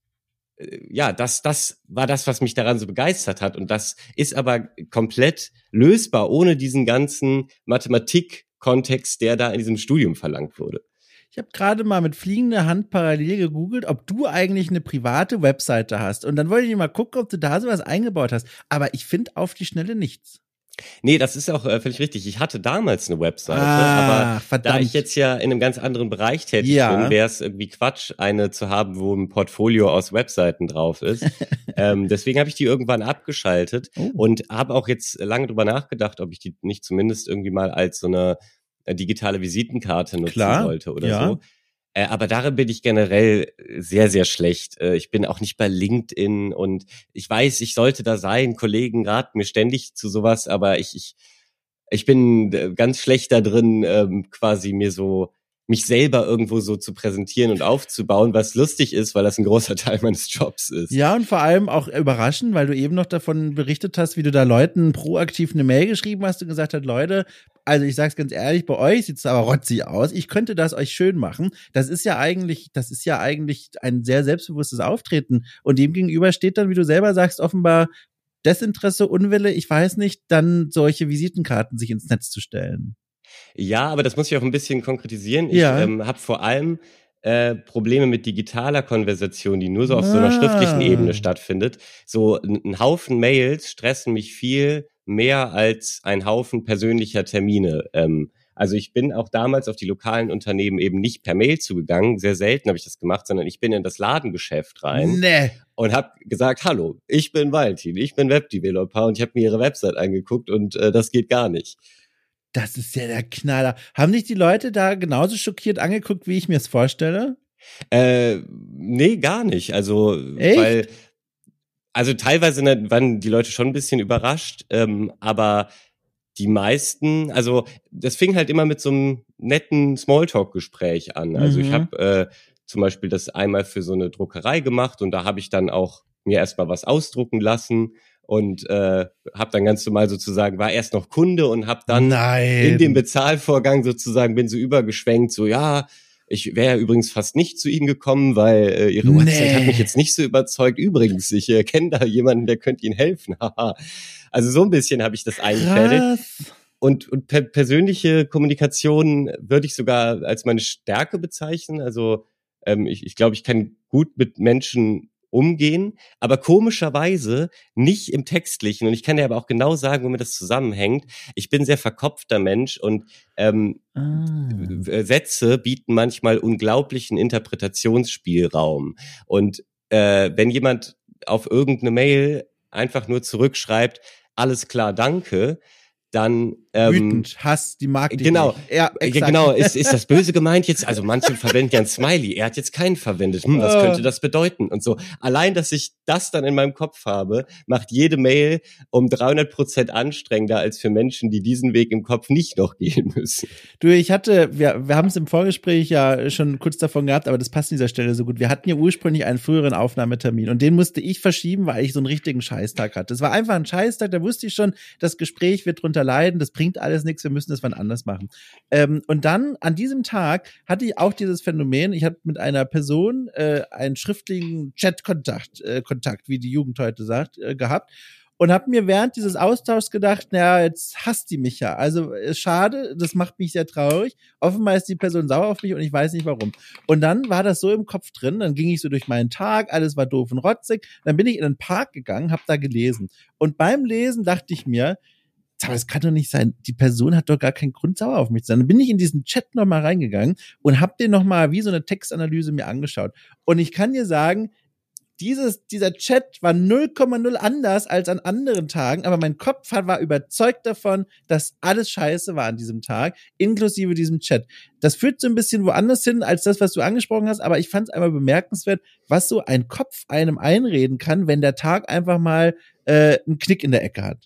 ja, das, das war das, was mich daran so begeistert hat. Und das ist aber komplett lösbar, ohne diesen ganzen Mathematik-Kontext, der da in diesem Studium verlangt wurde. Ich habe gerade mal mit fliegender Hand parallel gegoogelt, ob du eigentlich eine private Webseite hast. Und dann wollte ich mal gucken, ob du da sowas eingebaut hast. Aber ich finde auf die Schnelle nichts. Nee, das ist auch äh, völlig richtig. Ich hatte damals eine Webseite, ah, aber verdammt. da ich jetzt ja in einem ganz anderen Bereich tätig ja. bin, wäre es irgendwie Quatsch, eine zu haben, wo ein Portfolio aus Webseiten drauf ist. ähm, deswegen habe ich die irgendwann abgeschaltet oh. und habe auch jetzt lange drüber nachgedacht, ob ich die nicht zumindest irgendwie mal als so eine äh, digitale Visitenkarte nutzen Klar. sollte oder ja. so. Äh, aber darin bin ich generell sehr, sehr schlecht. Äh, ich bin auch nicht bei LinkedIn und ich weiß, ich sollte da sein. Kollegen raten mir ständig zu sowas, aber ich, ich, ich bin ganz schlecht da drin, ähm, quasi mir so, mich selber irgendwo so zu präsentieren und aufzubauen, was lustig ist, weil das ein großer Teil meines Jobs ist. Ja, und vor allem auch überraschend, weil du eben noch davon berichtet hast, wie du da Leuten proaktiv eine Mail geschrieben hast und gesagt hast, Leute, also ich sag's ganz ehrlich, bei euch sieht's aber rotzig aus. Ich könnte das euch schön machen. Das ist ja eigentlich, das ist ja eigentlich ein sehr selbstbewusstes Auftreten. Und dem gegenüber steht dann, wie du selber sagst, offenbar Desinteresse, Unwille, ich weiß nicht, dann solche Visitenkarten sich ins Netz zu stellen. Ja, aber das muss ich auch ein bisschen konkretisieren. Ich ja. ähm, habe vor allem äh, Probleme mit digitaler Konversation, die nur so auf ah. so einer schriftlichen Ebene stattfindet. So ein, ein Haufen Mails stressen mich viel mehr als ein Haufen persönlicher Termine. Ähm, also ich bin auch damals auf die lokalen Unternehmen eben nicht per Mail zugegangen, sehr selten habe ich das gemacht, sondern ich bin in das Ladengeschäft rein nee. und habe gesagt, hallo, ich bin Valentin, ich bin Webdeveloper und ich habe mir ihre Website angeguckt und äh, das geht gar nicht. Das ist ja der Knaller. Haben dich die Leute da genauso schockiert angeguckt, wie ich mir es vorstelle? Äh, nee, gar nicht. Also, Echt? weil, also teilweise waren die Leute schon ein bisschen überrascht, ähm, aber die meisten, also das fing halt immer mit so einem netten Smalltalk-Gespräch an. Also mhm. ich habe äh, zum Beispiel das einmal für so eine Druckerei gemacht und da habe ich dann auch mir erstmal was ausdrucken lassen. Und äh, habe dann ganz normal sozusagen, war erst noch Kunde und habe dann Nein. in dem Bezahlvorgang sozusagen, bin so übergeschwenkt, so ja, ich wäre übrigens fast nicht zu Ihnen gekommen, weil äh, Ihre nee. Website hat mich jetzt nicht so überzeugt. Übrigens, ich äh, kenne da jemanden, der könnte Ihnen helfen. Also so ein bisschen habe ich das eingefädelt. Und, und per- persönliche Kommunikation würde ich sogar als meine Stärke bezeichnen. Also ähm, ich, ich glaube, ich kann gut mit Menschen umgehen, aber komischerweise nicht im Textlichen. Und ich kann dir aber auch genau sagen, womit das zusammenhängt. Ich bin ein sehr verkopfter Mensch und ähm, ah. Sätze bieten manchmal unglaublichen Interpretationsspielraum. Und äh, wenn jemand auf irgendeine Mail einfach nur zurückschreibt, alles klar, danke, dann ähm, wütend, Hass, die mag dich genau, nicht. Ja, ja, genau. Ist, ist das böse gemeint jetzt? Also manche verwenden ja ein Smiley. Er hat jetzt keinen verwendet. Hm, was könnte das bedeuten? Und so. Allein, dass ich das dann in meinem Kopf habe, macht jede Mail um dreihundert Prozent anstrengender als für Menschen, die diesen Weg im Kopf nicht noch gehen müssen. Du, ich hatte, wir, wir haben es im Vorgespräch ja schon kurz davon gehabt, aber das passt an dieser Stelle so gut. Wir hatten ja ursprünglich einen früheren Aufnahmetermin und den musste ich verschieben, weil ich so einen richtigen Scheißtag hatte. Es war einfach ein Scheißtag, da wusste ich schon, das Gespräch wird drunter leiden, das bringt alles nichts, wir müssen das wann anders machen. Ähm, und dann an diesem Tag hatte ich auch dieses Phänomen, ich hatte mit einer Person äh, einen schriftlichen Chat-Kontakt, äh, Kontakt, wie die Jugend heute sagt, äh, gehabt und habe mir während dieses Austauschs gedacht, naja, jetzt hasst die mich ja. Also ist schade, das macht mich sehr traurig. Offenbar ist die Person sauer auf mich und ich weiß nicht warum. Und dann war das so im Kopf drin, dann ging ich so durch meinen Tag, alles war doof und rotzig, dann bin ich in den Park gegangen, habe da gelesen. Und beim Lesen dachte ich mir, aber das kann doch nicht sein, die Person hat doch gar keinen Grund, sauer auf mich zu sein. Dann bin ich in diesen Chat nochmal reingegangen und hab den nochmal wie so eine Textanalyse mir angeschaut. Und ich kann dir sagen, dieses, dieser Chat war null Komma null anders als an anderen Tagen, aber mein Kopf war überzeugt davon, dass alles scheiße war an diesem Tag, inklusive diesem Chat. Das führt so ein bisschen woanders hin, als das, was du angesprochen hast, aber ich fand es einmal bemerkenswert, was so ein Kopf einem einreden kann, wenn der Tag einfach mal äh, einen Knick in der Ecke hat.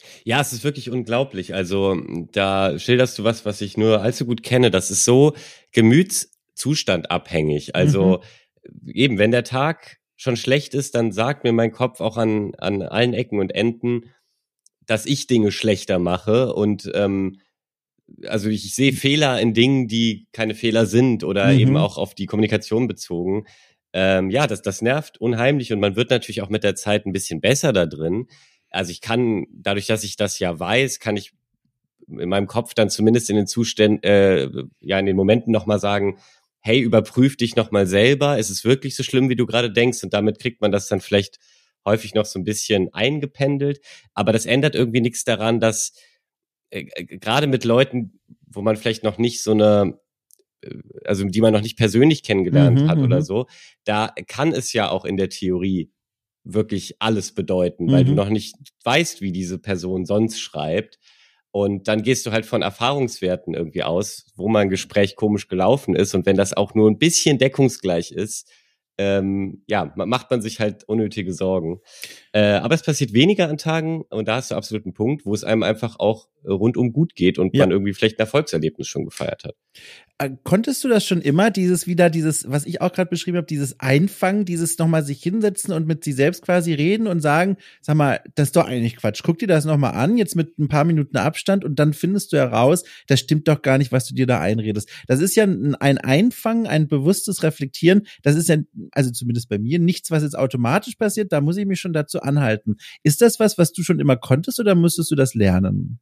Ja, es ist wirklich unglaublich. Also da schilderst du was, was ich nur allzu gut kenne. Das ist so gemütszustandabhängig. Also mhm. eben, wenn der Tag schon schlecht ist, dann sagt mir mein Kopf auch an, an allen Ecken und Enden, dass ich Dinge schlechter mache. Und ähm, also ich, ich sehe Fehler in Dingen, die keine Fehler sind oder mhm. eben auch auf die Kommunikation bezogen. Ähm, ja, das, das nervt unheimlich und man wird natürlich auch mit der Zeit ein bisschen besser da drin. Also ich kann, dadurch, dass ich das ja weiß, kann ich in meinem Kopf dann zumindest in den Zuständen, äh, ja, in den Momenten nochmal sagen, hey, überprüf dich nochmal selber, ist es wirklich so schlimm, wie du gerade denkst? Und damit kriegt man das dann vielleicht häufig noch so ein bisschen eingependelt. Aber das ändert irgendwie nichts daran, dass äh, gerade mit Leuten, wo man vielleicht noch nicht so eine, also die man noch nicht persönlich kennengelernt mhm, hat m- oder so, da kann es ja auch in der Theorie wirklich alles bedeuten, mhm. weil du noch nicht weißt, wie diese Person sonst schreibt. Und dann gehst du halt von Erfahrungswerten irgendwie aus, wo mal ein Gespräch komisch gelaufen ist. Und wenn das auch nur ein bisschen deckungsgleich ist, ähm, ja, macht man sich halt unnötige Sorgen. Äh, aber es passiert weniger an Tagen, und da hast du absolut einen Punkt, wo es einem einfach auch rundum gut geht und ja. man irgendwie vielleicht ein Erfolgserlebnis schon gefeiert hat. Konntest du das schon immer, dieses wieder, dieses, was ich auch gerade beschrieben habe, dieses Einfangen, dieses nochmal sich hinsetzen und mit sich selbst quasi reden und sagen, sag mal, das ist doch eigentlich Quatsch, guck dir das nochmal an, jetzt mit ein paar Minuten Abstand und dann findest du heraus, das stimmt doch gar nicht, was du dir da einredest. Das ist ja ein, ein Einfangen, ein bewusstes Reflektieren, das ist ja, also zumindest bei mir, nichts, was jetzt automatisch passiert, da muss ich mich schon dazu anhalten. Ist das was, was du schon immer konntest oder musstest du das lernen?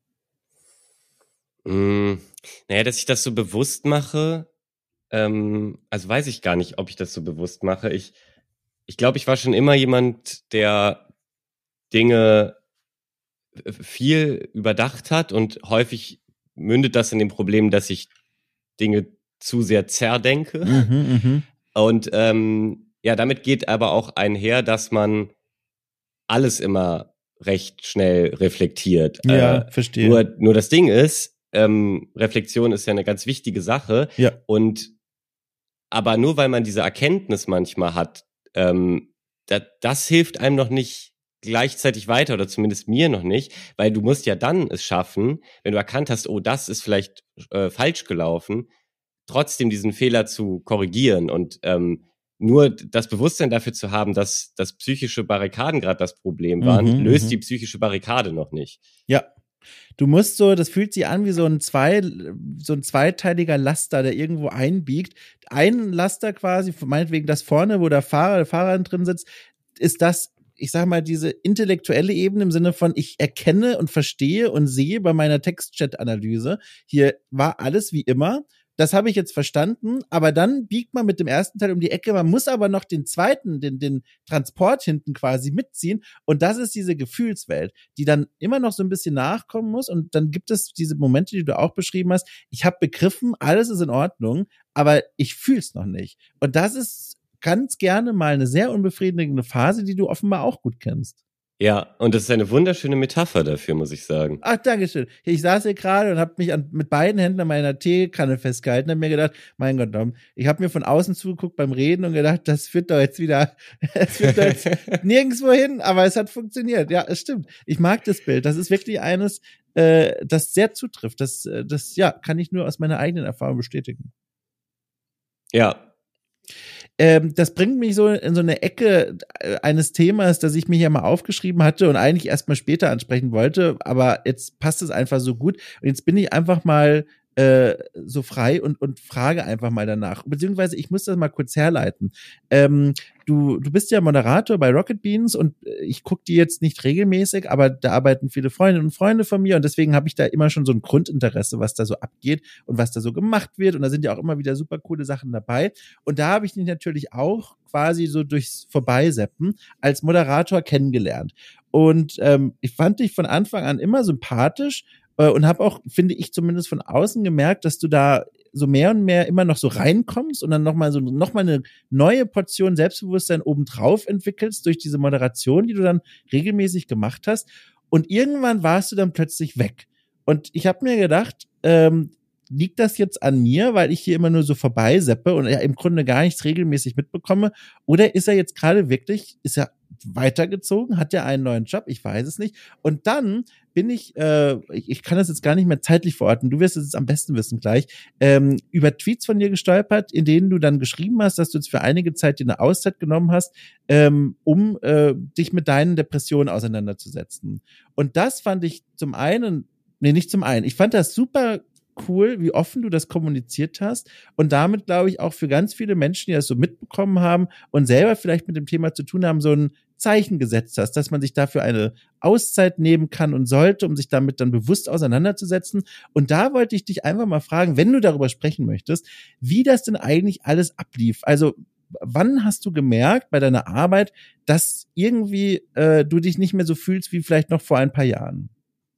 Mm, naja, dass ich das so bewusst mache, ähm, also weiß ich gar nicht, ob ich das so bewusst mache. Ich, ich glaube, ich war schon immer jemand, der Dinge viel überdacht hat und häufig mündet das in dem Problem, dass ich Dinge zu sehr zerdenke. Mhm, und ähm, ja, damit geht aber auch einher, dass man alles immer recht schnell reflektiert. Ja, äh, verstehe. Nur, nur das Ding ist, ähm, Reflexion ist ja eine ganz wichtige Sache. Ja. Und aber nur weil man diese Erkenntnis manchmal hat, ähm, da, das hilft einem noch nicht gleichzeitig weiter oder zumindest mir noch nicht, weil du musst ja dann es schaffen, wenn du erkannt hast, oh, das ist vielleicht äh, falsch gelaufen, trotzdem diesen Fehler zu korrigieren und ähm, nur das Bewusstsein dafür zu haben, dass, dass psychische Barrikaden gerade das Problem waren, mhm, löst m- die psychische Barrikade noch nicht. Ja. Du musst so, das fühlt sich an wie so ein zwei, so ein zweiteiliger Laster, der irgendwo einbiegt. Ein Laster quasi, meinetwegen das vorne, wo der Fahrer, der Fahrer drin sitzt, ist das, ich sag mal, diese intellektuelle Ebene im Sinne von, ich erkenne und verstehe und sehe bei meiner Textchat-Analyse, hier war alles wie immer. Das habe ich jetzt verstanden, aber dann biegt man mit dem ersten Teil um die Ecke, man muss aber noch den zweiten, den, den Transport hinten quasi mitziehen und das ist diese Gefühlswelt, die dann immer noch so ein bisschen nachkommen muss und dann gibt es diese Momente, die du auch beschrieben hast, ich habe begriffen, alles ist in Ordnung, aber ich fühl's noch nicht und das ist ganz gerne mal eine sehr unbefriedigende Phase, die du offenbar auch gut kennst. Ja, und das ist eine wunderschöne Metapher dafür, muss ich sagen. Ach, dankeschön. Ich saß hier gerade und habe mich an, mit beiden Händen an meiner Teekanne festgehalten und habe mir gedacht, mein Gott, Dom, ich habe mir von außen zugeguckt beim Reden und gedacht, das führt doch jetzt wieder, es führt doch jetzt nirgendwo hin, aber es hat funktioniert. Ja, es stimmt. Ich mag das Bild. Das ist wirklich eines, äh, das sehr zutrifft. Das, das, ja, kann ich nur aus meiner eigenen Erfahrung bestätigen. Ja. Ähm, das bringt mich so in so eine Ecke eines Themas, das ich mir hier mal aufgeschrieben hatte und eigentlich erst mal später ansprechen wollte, aber jetzt passt es einfach so gut. Und jetzt bin ich einfach mal äh, so frei und, und frage einfach mal danach. Beziehungsweise ich muss das mal kurz herleiten. Ähm, du, du bist ja Moderator bei Rocket Beans und ich gucke die jetzt nicht regelmäßig, aber da arbeiten viele Freundinnen und Freunde von mir und deswegen habe ich da immer schon so ein Grundinteresse, was da so abgeht und was da so gemacht wird und da sind ja auch immer wieder super coole Sachen dabei und da habe ich dich natürlich auch quasi so durchs Vorbeiseppen als Moderator kennengelernt und ähm, ich fand dich von Anfang an immer sympathisch und habe auch, finde ich zumindest von außen gemerkt, dass du da so mehr und mehr immer noch so reinkommst und dann nochmal so nochmal eine neue Portion Selbstbewusstsein obendrauf entwickelst durch diese Moderation, die du dann regelmäßig gemacht hast. Und irgendwann warst du dann plötzlich weg. Und ich habe mir gedacht, ähm, liegt das jetzt an mir, weil ich hier immer nur so vorbeiseppe und ja im Grunde gar nichts regelmäßig mitbekomme? Oder ist er jetzt gerade wirklich, ist er weitergezogen, hat ja einen neuen Job, ich weiß es nicht. Und dann bin ich, äh, ich, ich kann das jetzt gar nicht mehr zeitlich verorten, du wirst es jetzt am besten wissen gleich, ähm, über Tweets von dir gestolpert, in denen du dann geschrieben hast, dass du jetzt für einige Zeit dir eine Auszeit genommen hast, ähm, um äh, dich mit deinen Depressionen auseinanderzusetzen. Und das fand ich zum einen, nee, nicht zum einen, ich fand das super cool, wie offen du das kommuniziert hast und damit, glaube ich, auch für ganz viele Menschen, die das so mitbekommen haben und selber vielleicht mit dem Thema zu tun haben, so ein Zeichen gesetzt hast, dass man sich dafür eine Auszeit nehmen kann und sollte, um sich damit dann bewusst auseinanderzusetzen. Und da wollte ich dich einfach mal fragen, wenn du darüber sprechen möchtest, wie das denn eigentlich alles ablief. Also wann hast du gemerkt bei deiner Arbeit, dass irgendwie äh, du dich nicht mehr so fühlst wie vielleicht noch vor ein paar Jahren?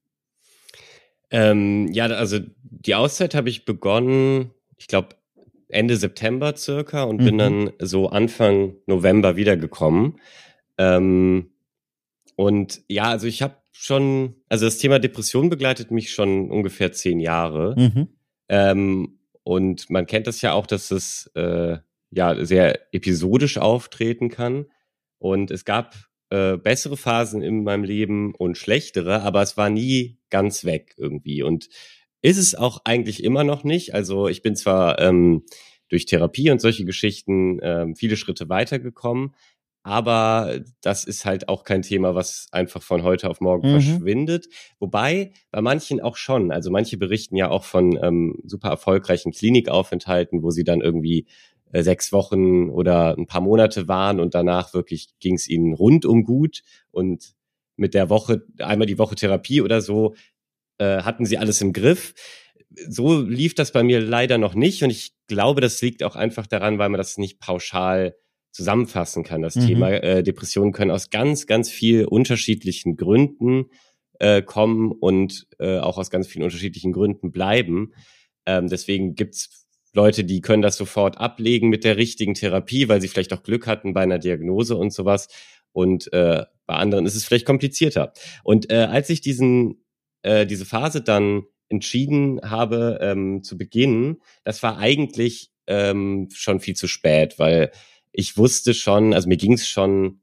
Ähm, ja, also die Auszeit habe ich begonnen, ich glaube Ende September circa und mhm. bin dann so Anfang November wiedergekommen. Ähm, und ja, also ich habe schon, also das Thema Depression begleitet mich schon ungefähr zehn Jahre. Mhm. Ähm, und man kennt das ja auch, dass es äh, ja sehr episodisch auftreten kann. Und es gab äh, bessere Phasen in meinem Leben und schlechtere, aber es war nie ganz weg irgendwie. Und ist es auch eigentlich immer noch nicht. Also ich bin zwar ähm, durch Therapie und solche Geschichten ähm, viele Schritte weitergekommen, aber das ist halt auch kein Thema, was einfach von heute auf morgen mhm. verschwindet. Wobei bei manchen auch schon. Also manche berichten ja auch von ähm, super erfolgreichen Klinikaufenthalten, wo sie dann irgendwie äh, sechs Wochen oder ein paar Monate waren und danach wirklich ging es ihnen rundum gut. Und mit der Woche, einmal die Woche Therapie oder so, äh, hatten sie alles im Griff. So lief das bei mir leider noch nicht. Und ich glaube, das liegt auch einfach daran, weil man das nicht pauschal zusammenfassen kann. Das mhm. Thema äh, Depressionen können aus ganz, ganz vielen unterschiedlichen Gründen äh, kommen und äh, auch aus ganz vielen unterschiedlichen Gründen bleiben. Ähm, deswegen gibt's Leute, die können das sofort ablegen mit der richtigen Therapie, weil sie vielleicht auch Glück hatten bei einer Diagnose und sowas. Und äh, bei anderen ist es vielleicht komplizierter. Und äh, als ich diesen äh, diese Phase dann entschieden habe ähm, zu beginnen, das war eigentlich ähm, schon viel zu spät, weil ich wusste schon, also mir ging es schon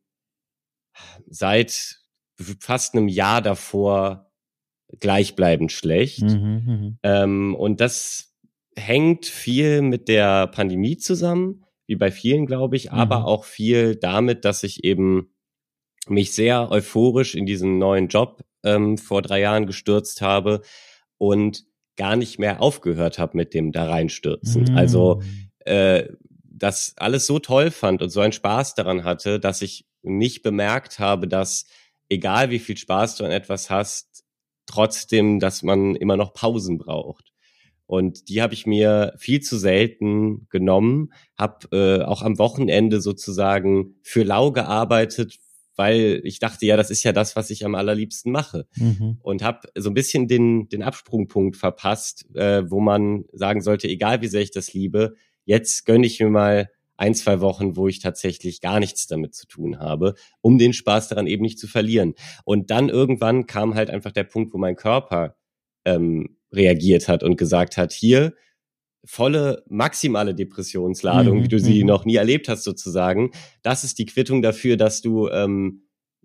seit fast einem Jahr davor gleichbleibend schlecht. Mhm, ähm, und das hängt viel mit der Pandemie zusammen, wie bei vielen, glaube ich, mhm. aber auch viel damit, dass ich eben mich sehr euphorisch in diesen neuen Job ähm, vor drei Jahren gestürzt habe und gar nicht mehr aufgehört habe mit dem da reinstürzen. Mhm. Also äh, das alles so toll fand und so einen Spaß daran hatte, dass ich nicht bemerkt habe, dass egal wie viel Spaß du an etwas hast, trotzdem, dass man immer noch Pausen braucht. Und die habe ich mir viel zu selten genommen, habe äh, auch am Wochenende sozusagen für lau gearbeitet, weil ich dachte, ja, das ist ja das, was ich am allerliebsten mache. Mhm. Und habe so ein bisschen den den Absprungpunkt verpasst, äh, wo man sagen sollte, egal wie sehr ich das liebe, jetzt gönne ich mir mal ein, zwei Wochen, wo ich tatsächlich gar nichts damit zu tun habe, um den Spaß daran eben nicht zu verlieren. Und dann irgendwann kam halt einfach der Punkt, wo mein Körper ähm, reagiert hat und gesagt hat, hier, volle maximale Depressionsladung, mhm, wie du sie mhm. noch nie erlebt hast sozusagen. Das ist die Quittung dafür, dass du ähm,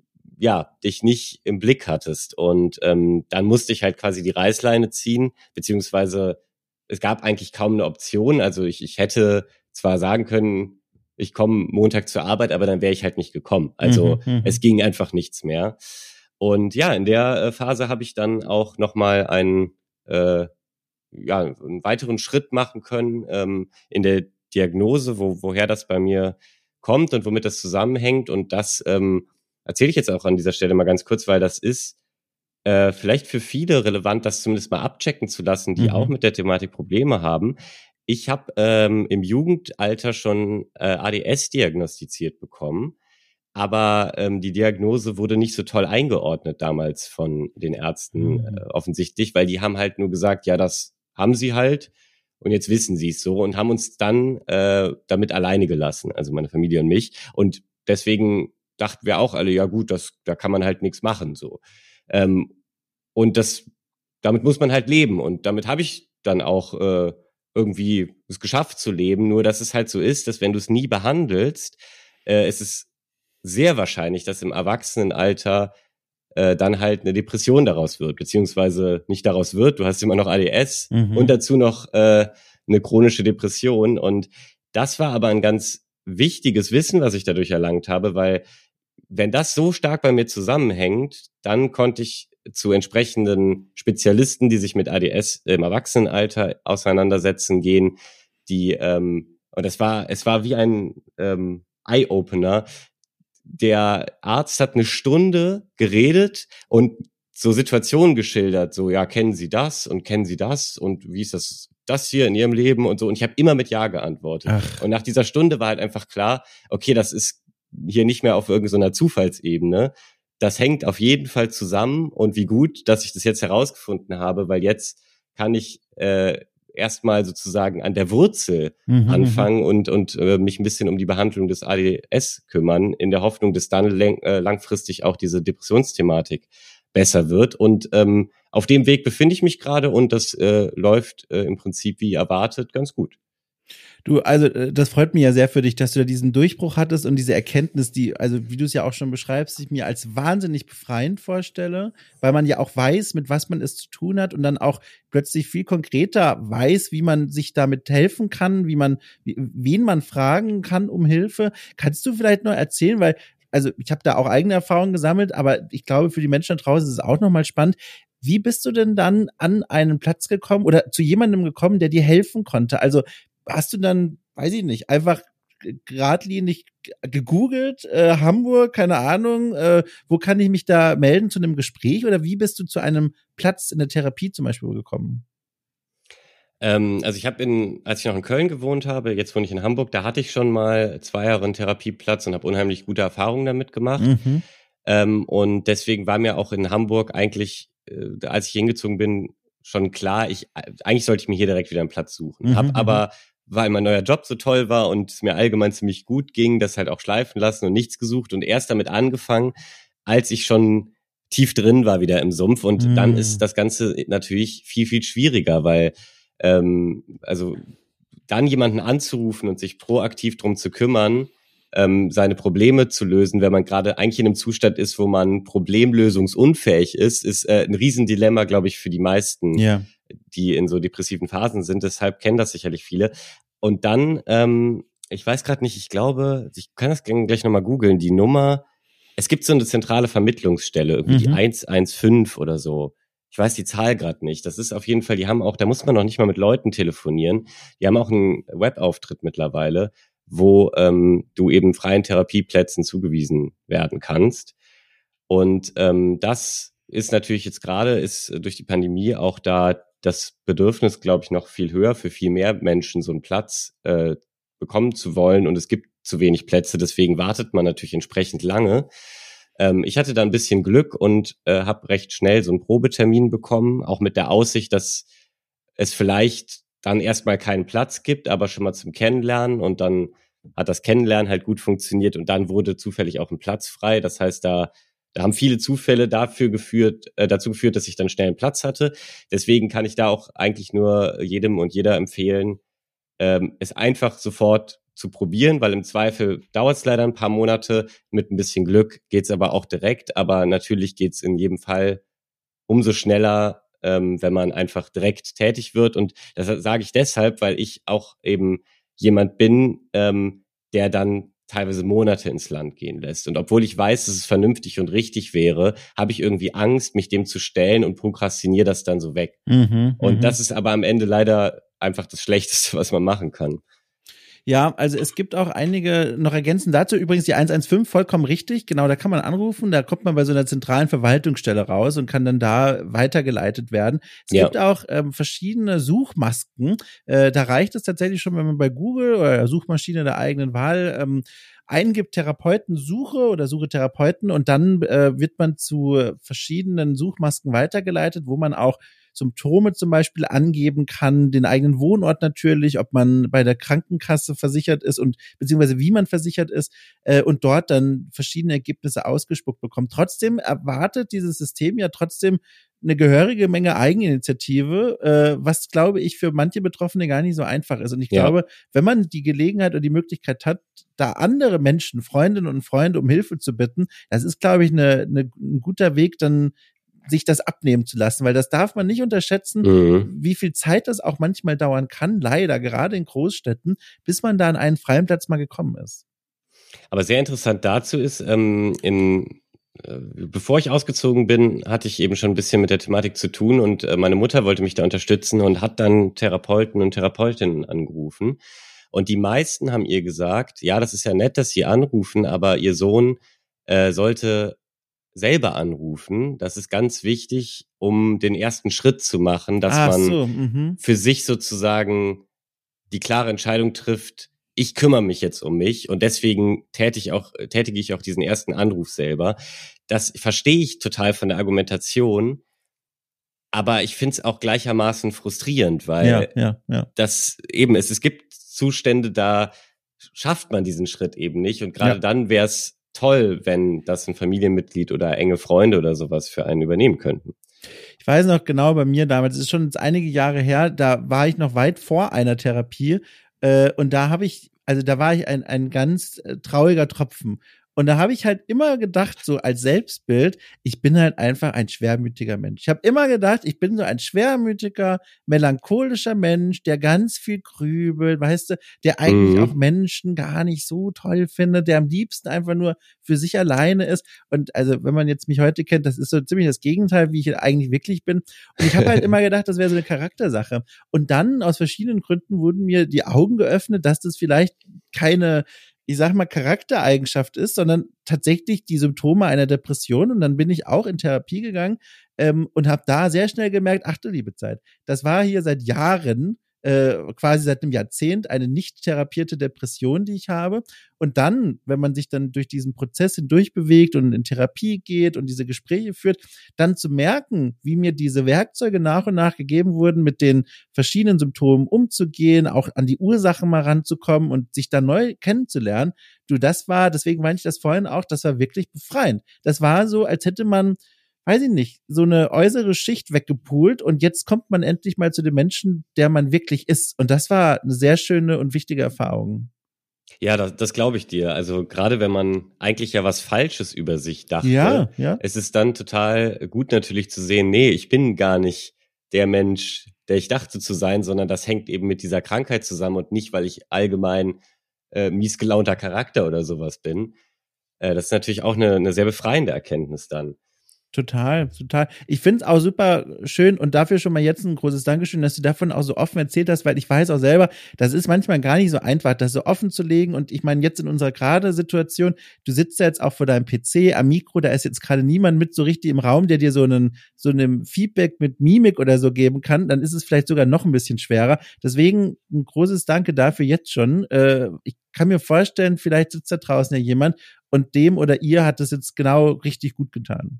ja dich nicht im Blick hattest. Und ähm, dann musste ich halt quasi die Reißleine ziehen, beziehungsweise es gab eigentlich kaum eine Option. Also ich, ich hätte zwar sagen können, ich komme Montag zur Arbeit, aber dann wäre ich halt nicht gekommen. Also mhm, es ging einfach nichts mehr. Und ja, in der äh, Phase habe ich dann auch nochmal einen äh, ja, einen weiteren Schritt machen können ähm, in der Diagnose, wo, woher das bei mir kommt und womit das zusammenhängt. Und das ähm, erzähle ich jetzt auch an dieser Stelle mal ganz kurz, weil das ist äh, vielleicht für viele relevant, das zumindest mal abchecken zu lassen, die mhm. auch mit der Thematik Probleme haben. Ich habe ähm, im Jugendalter schon äh, A D S diagnostiziert bekommen, aber ähm, die Diagnose wurde nicht so toll eingeordnet damals von den Ärzten mhm. äh, offensichtlich, weil die haben halt nur gesagt, ja, das haben sie halt und jetzt wissen sie es so und haben uns dann äh, damit alleine gelassen, also meine Familie und mich. Und deswegen dachten wir auch alle, ja gut, das, da kann man halt nichts machen so. Ähm, und das, damit muss man halt leben und damit habe ich dann auch äh, irgendwie es geschafft zu leben. Nur dass es halt so ist, dass wenn du es nie behandelst, äh, es ist sehr wahrscheinlich, dass im Erwachsenenalter äh, dann halt eine Depression daraus wird, beziehungsweise nicht daraus wird, du hast immer noch A D S mhm. und dazu noch äh, eine chronische Depression. Und das war aber ein ganz wichtiges Wissen, was ich dadurch erlangt habe, weil wenn das so stark bei mir zusammenhängt, dann konnte ich zu entsprechenden Spezialisten, die sich mit A D S im Erwachsenenalter auseinandersetzen, gehen, die ähm, und es war es war wie ein ähm, Eye-Opener. Der Arzt hat eine Stunde geredet und so Situationen geschildert, so, ja, kennen Sie das und kennen Sie das und wie ist das das hier in Ihrem Leben und so. Und ich habe immer mit Ja geantwortet. Ach. Und nach dieser Stunde war halt einfach klar, okay, das ist hier nicht mehr auf irgendeiner Zufallsebene. Das hängt auf jeden Fall zusammen und wie gut, dass ich das jetzt herausgefunden habe, weil jetzt kann ich äh, erstmal sozusagen an der Wurzel mhm, anfangen und und äh, mich ein bisschen um die Behandlung des A D S kümmern, in der Hoffnung, dass dann lang, äh, langfristig auch diese Depressionsthematik besser wird. Und ähm, auf dem Weg befinde ich mich gerade und das äh, läuft äh, im Prinzip wie erwartet ganz gut. Du, also das freut mich ja sehr für dich, dass du da diesen Durchbruch hattest und diese Erkenntnis, die, also wie du es ja auch schon beschreibst, ich mir als wahnsinnig befreiend vorstelle, weil man ja auch weiß, mit was man es zu tun hat und dann auch plötzlich viel konkreter weiß, wie man sich damit helfen kann, wie man, wie, wen man fragen kann um Hilfe. Kannst du vielleicht noch erzählen, weil, also ich habe da auch eigene Erfahrungen gesammelt, aber ich glaube, für die Menschen da draußen ist es auch nochmal spannend. Wie bist du denn dann an einen Platz gekommen oder zu jemandem gekommen, der dir helfen konnte? Also hast du dann, weiß ich nicht, einfach geradlinig gegoogelt, äh, Hamburg, keine Ahnung, äh, wo kann ich mich da melden zu einem Gespräch oder wie bist du zu einem Platz in der Therapie zum Beispiel gekommen? Ähm, also ich habe in, als ich noch in Köln gewohnt habe, jetzt wohne ich in Hamburg, da hatte ich schon mal zwei Jahre einen Therapieplatz und habe unheimlich gute Erfahrungen damit gemacht. Mhm. Ähm, und deswegen war mir auch in Hamburg eigentlich, äh, als ich hingezogen bin, schon klar, ich eigentlich sollte ich mir hier direkt wieder einen Platz suchen. Mhm. Hab aber weil mein neuer Job so toll war und es mir allgemein ziemlich gut ging, das halt auch schleifen lassen und nichts gesucht und erst damit angefangen, als ich schon tief drin war wieder im Sumpf und mm. dann ist das Ganze natürlich viel, viel schwieriger, weil ähm, also dann jemanden anzurufen und sich proaktiv drum zu kümmern, ähm, seine Probleme zu lösen, wenn man gerade eigentlich in einem Zustand ist, wo man problemlösungsunfähig ist, ist äh, ein Riesendilemma, glaube ich, für die meisten, ja. die in so depressiven Phasen sind. Deshalb kennen das sicherlich viele. Und dann, ähm, ich weiß gerade nicht, ich glaube, ich kann das gleich nochmal googeln, die Nummer, es gibt so eine zentrale Vermittlungsstelle, irgendwie mhm. die eins eins fünf oder so. Ich weiß die Zahl gerade nicht. Das ist auf jeden Fall, die haben auch, da muss man noch nicht mal mit Leuten telefonieren. Die haben auch einen Webauftritt mittlerweile, wo ähm, du eben freien Therapieplätzen zugewiesen werden kannst. Und ähm, das ist natürlich jetzt gerade, ist durch die Pandemie auch da das Bedürfnis, glaube ich, noch viel höher für viel mehr Menschen, so einen Platz äh, bekommen zu wollen. Und es gibt zu wenig Plätze, deswegen wartet man natürlich entsprechend lange. Ähm, ich hatte da ein bisschen Glück und äh, habe recht schnell so einen Probetermin bekommen, auch mit der Aussicht, dass es vielleicht dann erstmal keinen Platz gibt, aber schon mal zum Kennenlernen und dann hat das Kennenlernen halt gut funktioniert und dann wurde zufällig auch ein Platz frei. Das heißt, da da haben viele Zufälle dafür geführt, äh, dazu geführt, dass ich dann schnell einen Platz hatte. Deswegen kann ich da auch eigentlich nur jedem und jeder empfehlen, ähm, es einfach sofort zu probieren, weil im Zweifel dauert es leider ein paar Monate. Mit ein bisschen Glück geht's aber auch direkt. Aber natürlich geht's in jedem Fall umso schneller, ähm, wenn man einfach direkt tätig wird. Und das sage ich deshalb, weil ich auch eben jemand bin, ähm, der dann teilweise Monate ins Land gehen lässt. Und obwohl ich weiß, dass es vernünftig und richtig wäre, habe ich irgendwie Angst, mich dem zu stellen und prokrastiniere das dann so weg. Mhm, und m- das ist aber am Ende leider einfach das Schlechteste, was man machen kann. Ja, also es gibt auch einige noch ergänzend dazu. Übrigens die eins eins fünf, vollkommen richtig. Genau, da kann man anrufen. Da kommt man bei so einer zentralen Verwaltungsstelle raus und kann dann da weitergeleitet werden. Es ja. gibt auch ähm, verschiedene Suchmasken. Äh, da reicht es tatsächlich schon, wenn man bei Google oder Suchmaschine der eigenen Wahl ähm, eingibt Therapeutensuche oder Suche Therapeuten und dann äh, wird man zu verschiedenen Suchmasken weitergeleitet, wo man auch Symptome zum Beispiel angeben kann, den eigenen Wohnort natürlich, ob man bei der Krankenkasse versichert ist und beziehungsweise wie man versichert ist äh, und dort dann verschiedene Ergebnisse ausgespuckt bekommt. Trotzdem erwartet dieses System ja trotzdem eine gehörige Menge Eigeninitiative, äh, was, glaube ich, für manche Betroffene gar nicht so einfach ist. Und ich ja. glaube, wenn man die Gelegenheit oder die Möglichkeit hat, da andere Menschen, Freundinnen und Freunde um Hilfe zu bitten, das ist, glaube ich, eine, eine, ein guter Weg, dann sich das abnehmen zu lassen, weil das darf man nicht unterschätzen, mhm. wie viel Zeit das auch manchmal dauern kann, leider, gerade in Großstädten, bis man da an einen freien Platz mal gekommen ist. Aber sehr interessant dazu ist, ähm, in bevor ich ausgezogen bin, hatte ich eben schon ein bisschen mit der Thematik zu tun und meine Mutter wollte mich da unterstützen und hat dann Therapeuten und Therapeutinnen angerufen. Und die meisten haben ihr gesagt, ja, das ist ja nett, dass sie anrufen, aber ihr Sohn äh, sollte selber anrufen. Das ist ganz wichtig, um den ersten Schritt zu machen, dass Ach man so, mhm. für sich sozusagen die klare Entscheidung trifft, ich kümmere mich jetzt um mich und deswegen tätige ich auch, tätige ich auch diesen ersten Anruf selber. Das verstehe ich total von der Argumentation, aber ich finde es auch gleichermaßen frustrierend, weil ja, ja, ja. das eben ist, es gibt Zustände, da schafft man diesen Schritt eben nicht und gerade ja. dann wäre es toll, wenn das ein Familienmitglied oder enge Freunde oder sowas für einen übernehmen könnten. Ich weiß noch genau, bei mir damals, es ist schon einige Jahre her, da war ich noch weit vor einer Therapie. Und da habe ich, also da war ich ein, ein ganz äh, trauriger Tropfen. Und da habe ich halt immer gedacht, so als Selbstbild, ich bin halt einfach ein schwermütiger Mensch. Ich habe immer gedacht, ich bin so ein schwermütiger, melancholischer Mensch, der ganz viel grübelt, weißt du, der eigentlich mhm. auch Menschen gar nicht so toll findet, der am liebsten einfach nur für sich alleine ist. Und also, wenn man jetzt mich heute kennt, das ist so ziemlich das Gegenteil, wie ich eigentlich wirklich bin. Und ich habe halt immer gedacht, das wäre so eine Charaktersache. Und dann aus verschiedenen Gründen wurden mir die Augen geöffnet, dass das vielleicht keine, ich sag mal, Charaktereigenschaft ist, sondern tatsächlich die Symptome einer Depression. Und dann bin ich auch in Therapie gegangen ähm, und habe da sehr schnell gemerkt, ach du liebe Zeit, das war hier seit Jahren, äh, quasi seit einem Jahrzehnt, eine nicht therapierte Depression, die ich habe. Und dann, wenn man sich dann durch diesen Prozess hindurch bewegt und in Therapie geht und diese Gespräche führt, dann zu merken, wie mir diese Werkzeuge nach und nach gegeben wurden, mit den verschiedenen Symptomen umzugehen, auch an die Ursachen mal ranzukommen und sich da neu kennenzulernen. Du, das war, deswegen meinte ich das vorhin auch, das war wirklich befreiend. Das war so, als hätte man, weiß ich nicht, so eine äußere Schicht weggepult und jetzt kommt man endlich mal zu dem Menschen, der man wirklich ist. Und das war eine sehr schöne und wichtige Erfahrung. Ja, das, das glaube ich dir. Also gerade wenn man eigentlich ja was Falsches über sich dachte, ja, ja. es ist dann total gut natürlich zu sehen, nee, ich bin gar nicht der Mensch, der ich dachte zu sein, sondern das hängt eben mit dieser Krankheit zusammen und nicht, weil ich allgemein äh, miesgelaunter Charakter oder sowas bin. Äh, das ist natürlich auch eine, eine sehr befreiende Erkenntnis dann. Total, total. Ich finde es auch super schön und dafür schon mal jetzt ein großes Dankeschön, dass du davon auch so offen erzählt hast, weil ich weiß auch selber, das ist manchmal gar nicht so einfach, das so offen zu legen. Und ich meine, jetzt in unserer gerade Situation, du sitzt ja jetzt auch vor deinem P C am Mikro, da ist jetzt gerade niemand mit so richtig im Raum, der dir so einen so einem Feedback mit Mimik oder so geben kann, dann ist es vielleicht sogar noch ein bisschen schwerer. Deswegen ein großes Danke dafür jetzt schon. Äh, ich kann mir vorstellen, vielleicht sitzt da draußen ja jemand und dem oder ihr hat es jetzt genau richtig gut getan.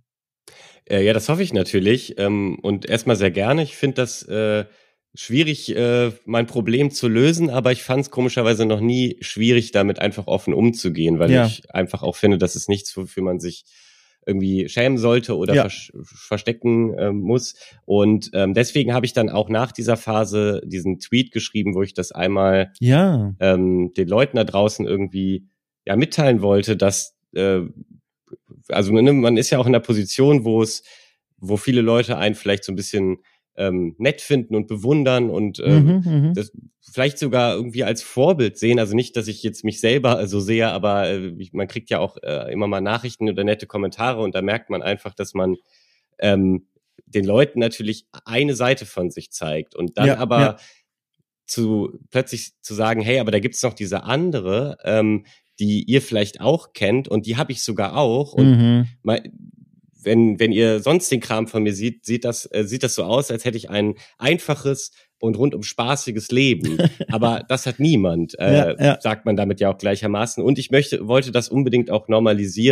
Ja, das hoffe ich natürlich und erstmal sehr gerne. Ich finde das äh, schwierig, äh, mein Problem zu lösen, aber ich fand es komischerweise noch nie schwierig, damit einfach offen umzugehen, weil ja. ich einfach auch finde, das ist nichts, wofür man sich irgendwie schämen sollte oder ja. vers- verstecken äh, muss. Und ähm, deswegen habe ich dann auch nach dieser Phase diesen Tweet geschrieben, wo ich das einmal ja. ähm, den Leuten da draußen irgendwie ja mitteilen wollte, dass äh, also man ist ja auch in einer Position, wo es, wo viele Leute einen vielleicht so ein bisschen ähm, nett finden und bewundern und ähm, mhm, das vielleicht sogar irgendwie als Vorbild sehen. Also nicht, dass ich jetzt mich selber so sehe, aber äh, man kriegt ja auch äh, immer mal Nachrichten oder nette Kommentare und da merkt man einfach, dass man ähm, den Leuten natürlich eine Seite von sich zeigt und dann ja, aber ja. zu plötzlich zu sagen, hey, aber da gibt's noch diese andere, ähm, die ihr vielleicht auch kennt und die habe ich sogar auch und mhm. mal, wenn wenn ihr sonst den Kram von mir seht, sieht das äh, sieht das so aus, als hätte ich ein einfaches und rundum spaßiges Leben, aber das hat niemand, äh, ja, ja. sagt man damit ja auch gleichermaßen und ich möchte wollte das unbedingt auch normalisieren,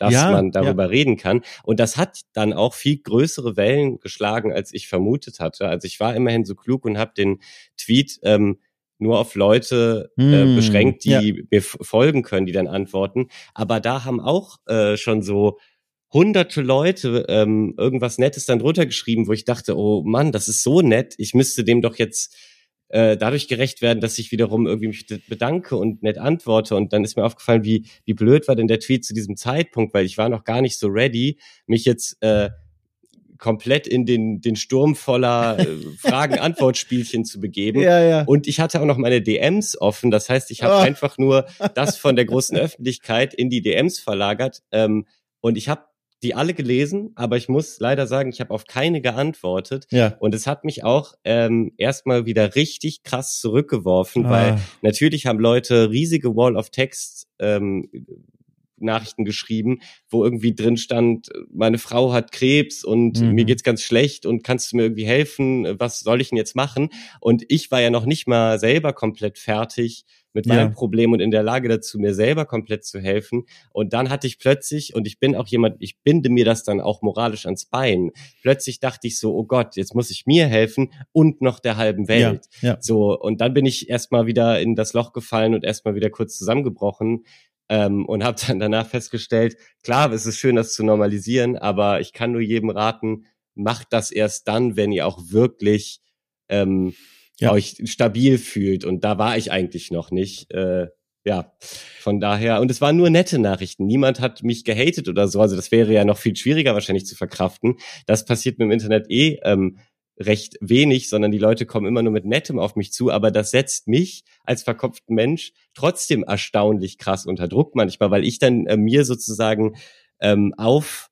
dass ja, man darüber ja. reden kann. Und das hat dann auch viel größere Wellen geschlagen, als ich vermutet hatte. Also ich war immerhin so klug und habe den Tweet ähm, nur auf Leute äh, hm, beschränkt, die ja. mir f- folgen können, die dann antworten. Aber da haben auch äh, schon so hunderte Leute ähm, irgendwas Nettes dann drunter geschrieben, wo ich dachte, oh Mann, das ist so nett, ich müsste dem doch jetzt äh, dadurch gerecht werden, dass ich wiederum irgendwie mich bedanke und nett antworte. Und dann ist mir aufgefallen, wie wie blöd war denn der Tweet zu diesem Zeitpunkt, weil ich war noch gar nicht so ready, mich jetzt äh, komplett in den den Sturm voller äh, Fragen-Antwort-Spielchen zu begeben. Ja, ja. Und ich hatte auch noch meine D Ms offen. Das heißt, ich habe Oh. einfach nur das von der großen Öffentlichkeit in die D Ms verlagert. Ähm, und ich habe die alle gelesen, aber ich muss leider sagen, ich habe auf keine geantwortet. Ja. Und es hat mich auch ähm, erstmal wieder richtig krass zurückgeworfen, ah. weil natürlich haben Leute riesige Wall of Text ähm, Nachrichten geschrieben, wo irgendwie drin stand, meine Frau hat Krebs und mhm. mir geht's ganz schlecht und kannst du mir irgendwie helfen? Was soll ich denn jetzt machen? Und ich war ja noch nicht mal selber komplett fertig mit meinem ja. Problem und in der Lage dazu, mir selber komplett zu helfen. Und dann hatte ich plötzlich, und ich bin auch jemand, ich binde mir das dann auch moralisch ans Bein, plötzlich dachte ich so, oh Gott, jetzt muss ich mir helfen und noch der halben Welt. Ja, ja. So, und dann bin ich erstmal wieder in das Loch gefallen und erstmal wieder kurz zusammengebrochen ähm, und habe dann danach festgestellt, klar, es ist schön, das zu normalisieren, aber ich kann nur jedem raten, macht das erst dann, wenn ihr auch wirklich ähm, ja. euch stabil fühlt. Und da war ich eigentlich noch nicht. Äh, ja, von daher. Und es waren nur nette Nachrichten. Niemand hat mich gehatet oder so. Also das wäre ja noch viel schwieriger wahrscheinlich zu verkraften. Das passiert mir im Internet eh ähm, recht wenig, sondern die Leute kommen immer nur mit Nettem auf mich zu. Aber das setzt mich als verkopften Mensch trotzdem erstaunlich krass unter Druck manchmal, weil ich dann äh, mir sozusagen ähm, auf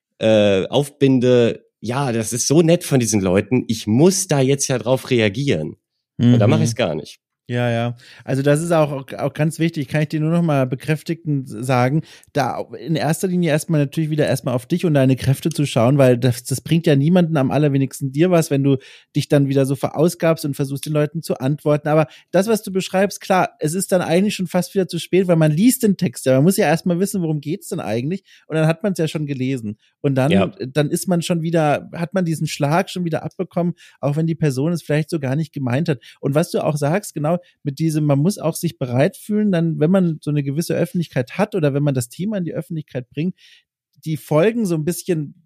äh, aufbinde, ja, das ist so nett von diesen Leuten. Ich muss da jetzt ja drauf reagieren. Und mhm. da mache ich es gar nicht. Ja, ja. Also das ist auch, auch ganz wichtig, kann ich dir nur noch mal bekräftigend sagen, da in erster Linie erstmal natürlich wieder erstmal auf dich und deine Kräfte zu schauen, weil das, das bringt ja niemanden, am allerwenigsten dir was, wenn du dich dann wieder so verausgabst und versuchst den Leuten zu antworten. Aber das, was du beschreibst, klar, es ist dann eigentlich schon fast wieder zu spät, weil man liest den Text ja, man muss ja erstmal wissen, worum geht's denn eigentlich, und dann hat man es ja schon gelesen. Und dann, ja. dann ist man schon wieder, hat man diesen Schlag schon wieder abbekommen, auch wenn die Person es vielleicht so gar nicht gemeint hat. Und was du auch sagst, genau, mit diesem, man muss auch sich bereit fühlen, dann, wenn man so eine gewisse Öffentlichkeit hat oder wenn man das Thema in die Öffentlichkeit bringt, die Folgen so ein bisschen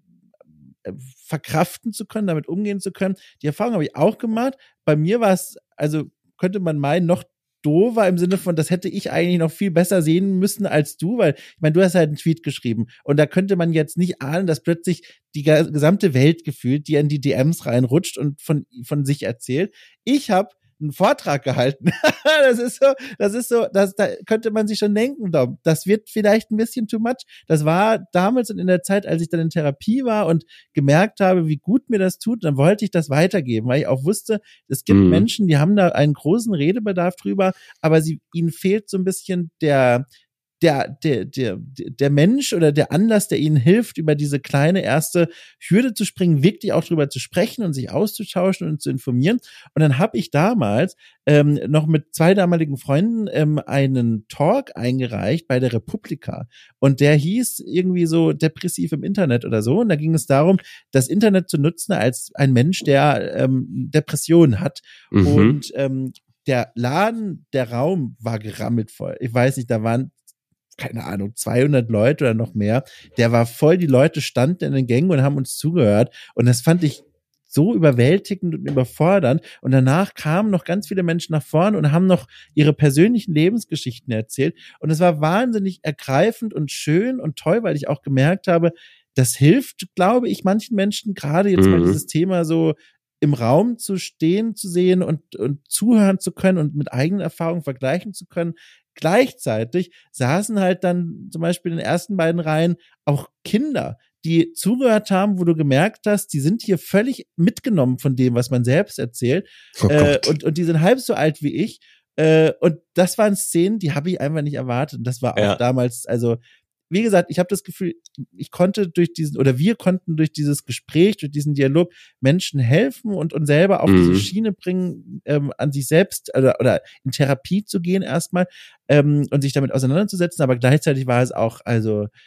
verkraften zu können, damit umgehen zu können. Die Erfahrung habe ich auch gemacht. Bei mir war es, also könnte man meinen, noch doofer im Sinne von, das hätte ich eigentlich noch viel besser sehen müssen als du, weil, ich meine, du hast halt einen Tweet geschrieben und da könnte man jetzt nicht ahnen, dass plötzlich die gesamte Welt gefühlt, die in die D Ms reinrutscht und von, von sich erzählt. Ich habe einen Vortrag gehalten. Das ist so, das ist so, das, da könnte man sich schon denken, Dom, das wird vielleicht ein bisschen too much. Das war damals und in der Zeit, als ich dann in Therapie war und gemerkt habe, wie gut mir das tut, dann wollte ich das weitergeben, weil ich auch wusste, es gibt mhm. Menschen, die haben da einen großen Redebedarf drüber, aber sie, ihnen fehlt so ein bisschen der, Der, der, der, der Mensch oder der Anlass, der ihnen hilft, über diese kleine erste Hürde zu springen, wirklich auch drüber zu sprechen und sich auszutauschen und zu informieren. Und dann habe ich damals ähm, noch mit zwei damaligen Freunden ähm, einen Talk eingereicht bei der Republika. Und der hieß irgendwie so depressiv im Internet oder so. Und da ging es darum, das Internet zu nutzen als ein Mensch, der ähm, Depressionen hat. Mhm. Und ähm, der Laden, der Raum war gerammelt voll. Ich weiß nicht, da waren keine Ahnung, zweihundert Leute oder noch mehr. Der war voll, die Leute standen in den Gängen und haben uns zugehört. Und das fand ich so überwältigend und überfordernd. Und danach kamen noch ganz viele Menschen nach vorne und haben noch ihre persönlichen Lebensgeschichten erzählt. Und es war wahnsinnig ergreifend und schön und toll, weil ich auch gemerkt habe, das hilft, glaube ich, manchen Menschen, gerade jetzt mhm. mal dieses Thema so im Raum zu stehen, zu sehen und, und zuhören zu können und mit eigenen Erfahrungen vergleichen zu können. Gleichzeitig saßen halt dann zum Beispiel in den ersten beiden Reihen auch Kinder, die zugehört haben, wo du gemerkt hast, die sind hier völlig mitgenommen von dem, was man selbst erzählt. Oh äh, und, und die sind halb so alt wie ich. Äh, und das waren Szenen, die habe ich einfach nicht erwartet. Und das war auch ja. damals, also wie gesagt, ich habe das Gefühl, ich konnte durch diesen, oder wir konnten durch dieses Gespräch, durch diesen Dialog Menschen helfen und uns selber auf mhm. diese Schiene bringen, ähm, an sich selbst oder, oder in Therapie zu gehen erstmal ähm, und sich damit auseinanderzusetzen. Aber gleichzeitig war es auch, also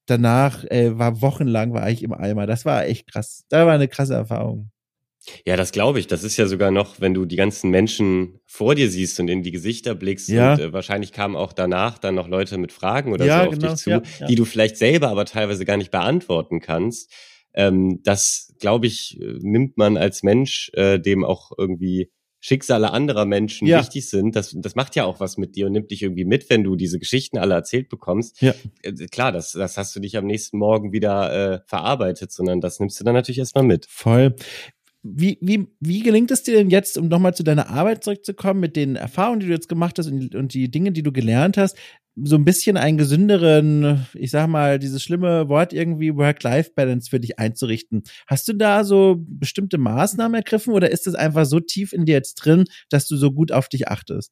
danach äh, war wochenlang war ich im Eimer. Das war echt krass. Das war eine krasse Erfahrung. Ja, das glaube ich. Das ist ja sogar noch, wenn du die ganzen Menschen vor dir siehst und in die Gesichter blickst. Ja. Und äh, wahrscheinlich kamen auch danach dann noch Leute mit Fragen oder Ja, so auf genau. dich zu, Ja, ja. die du vielleicht selber aber teilweise gar nicht beantworten kannst. Ähm, das, glaube ich, nimmt man als Mensch, äh, dem auch irgendwie Schicksale anderer Menschen Ja. wichtig sind. Das, das macht ja auch was mit dir und nimmt dich irgendwie mit, wenn du diese Geschichten alle erzählt bekommst. Ja. Äh, klar, das, das hast du nicht am nächsten Morgen wieder äh, verarbeitet, sondern das nimmst du dann natürlich erstmal mit. Voll. Wie, wie, wie gelingt es dir denn jetzt, um nochmal zu deiner Arbeit zurückzukommen, mit den Erfahrungen, die du jetzt gemacht hast und, und die Dinge, die du gelernt hast, so ein bisschen einen gesünderen, ich sag mal, dieses schlimme Wort irgendwie Work-Life-Balance für dich einzurichten? Hast du da so bestimmte Maßnahmen ergriffen oder ist das einfach so tief in dir jetzt drin, dass du so gut auf dich achtest?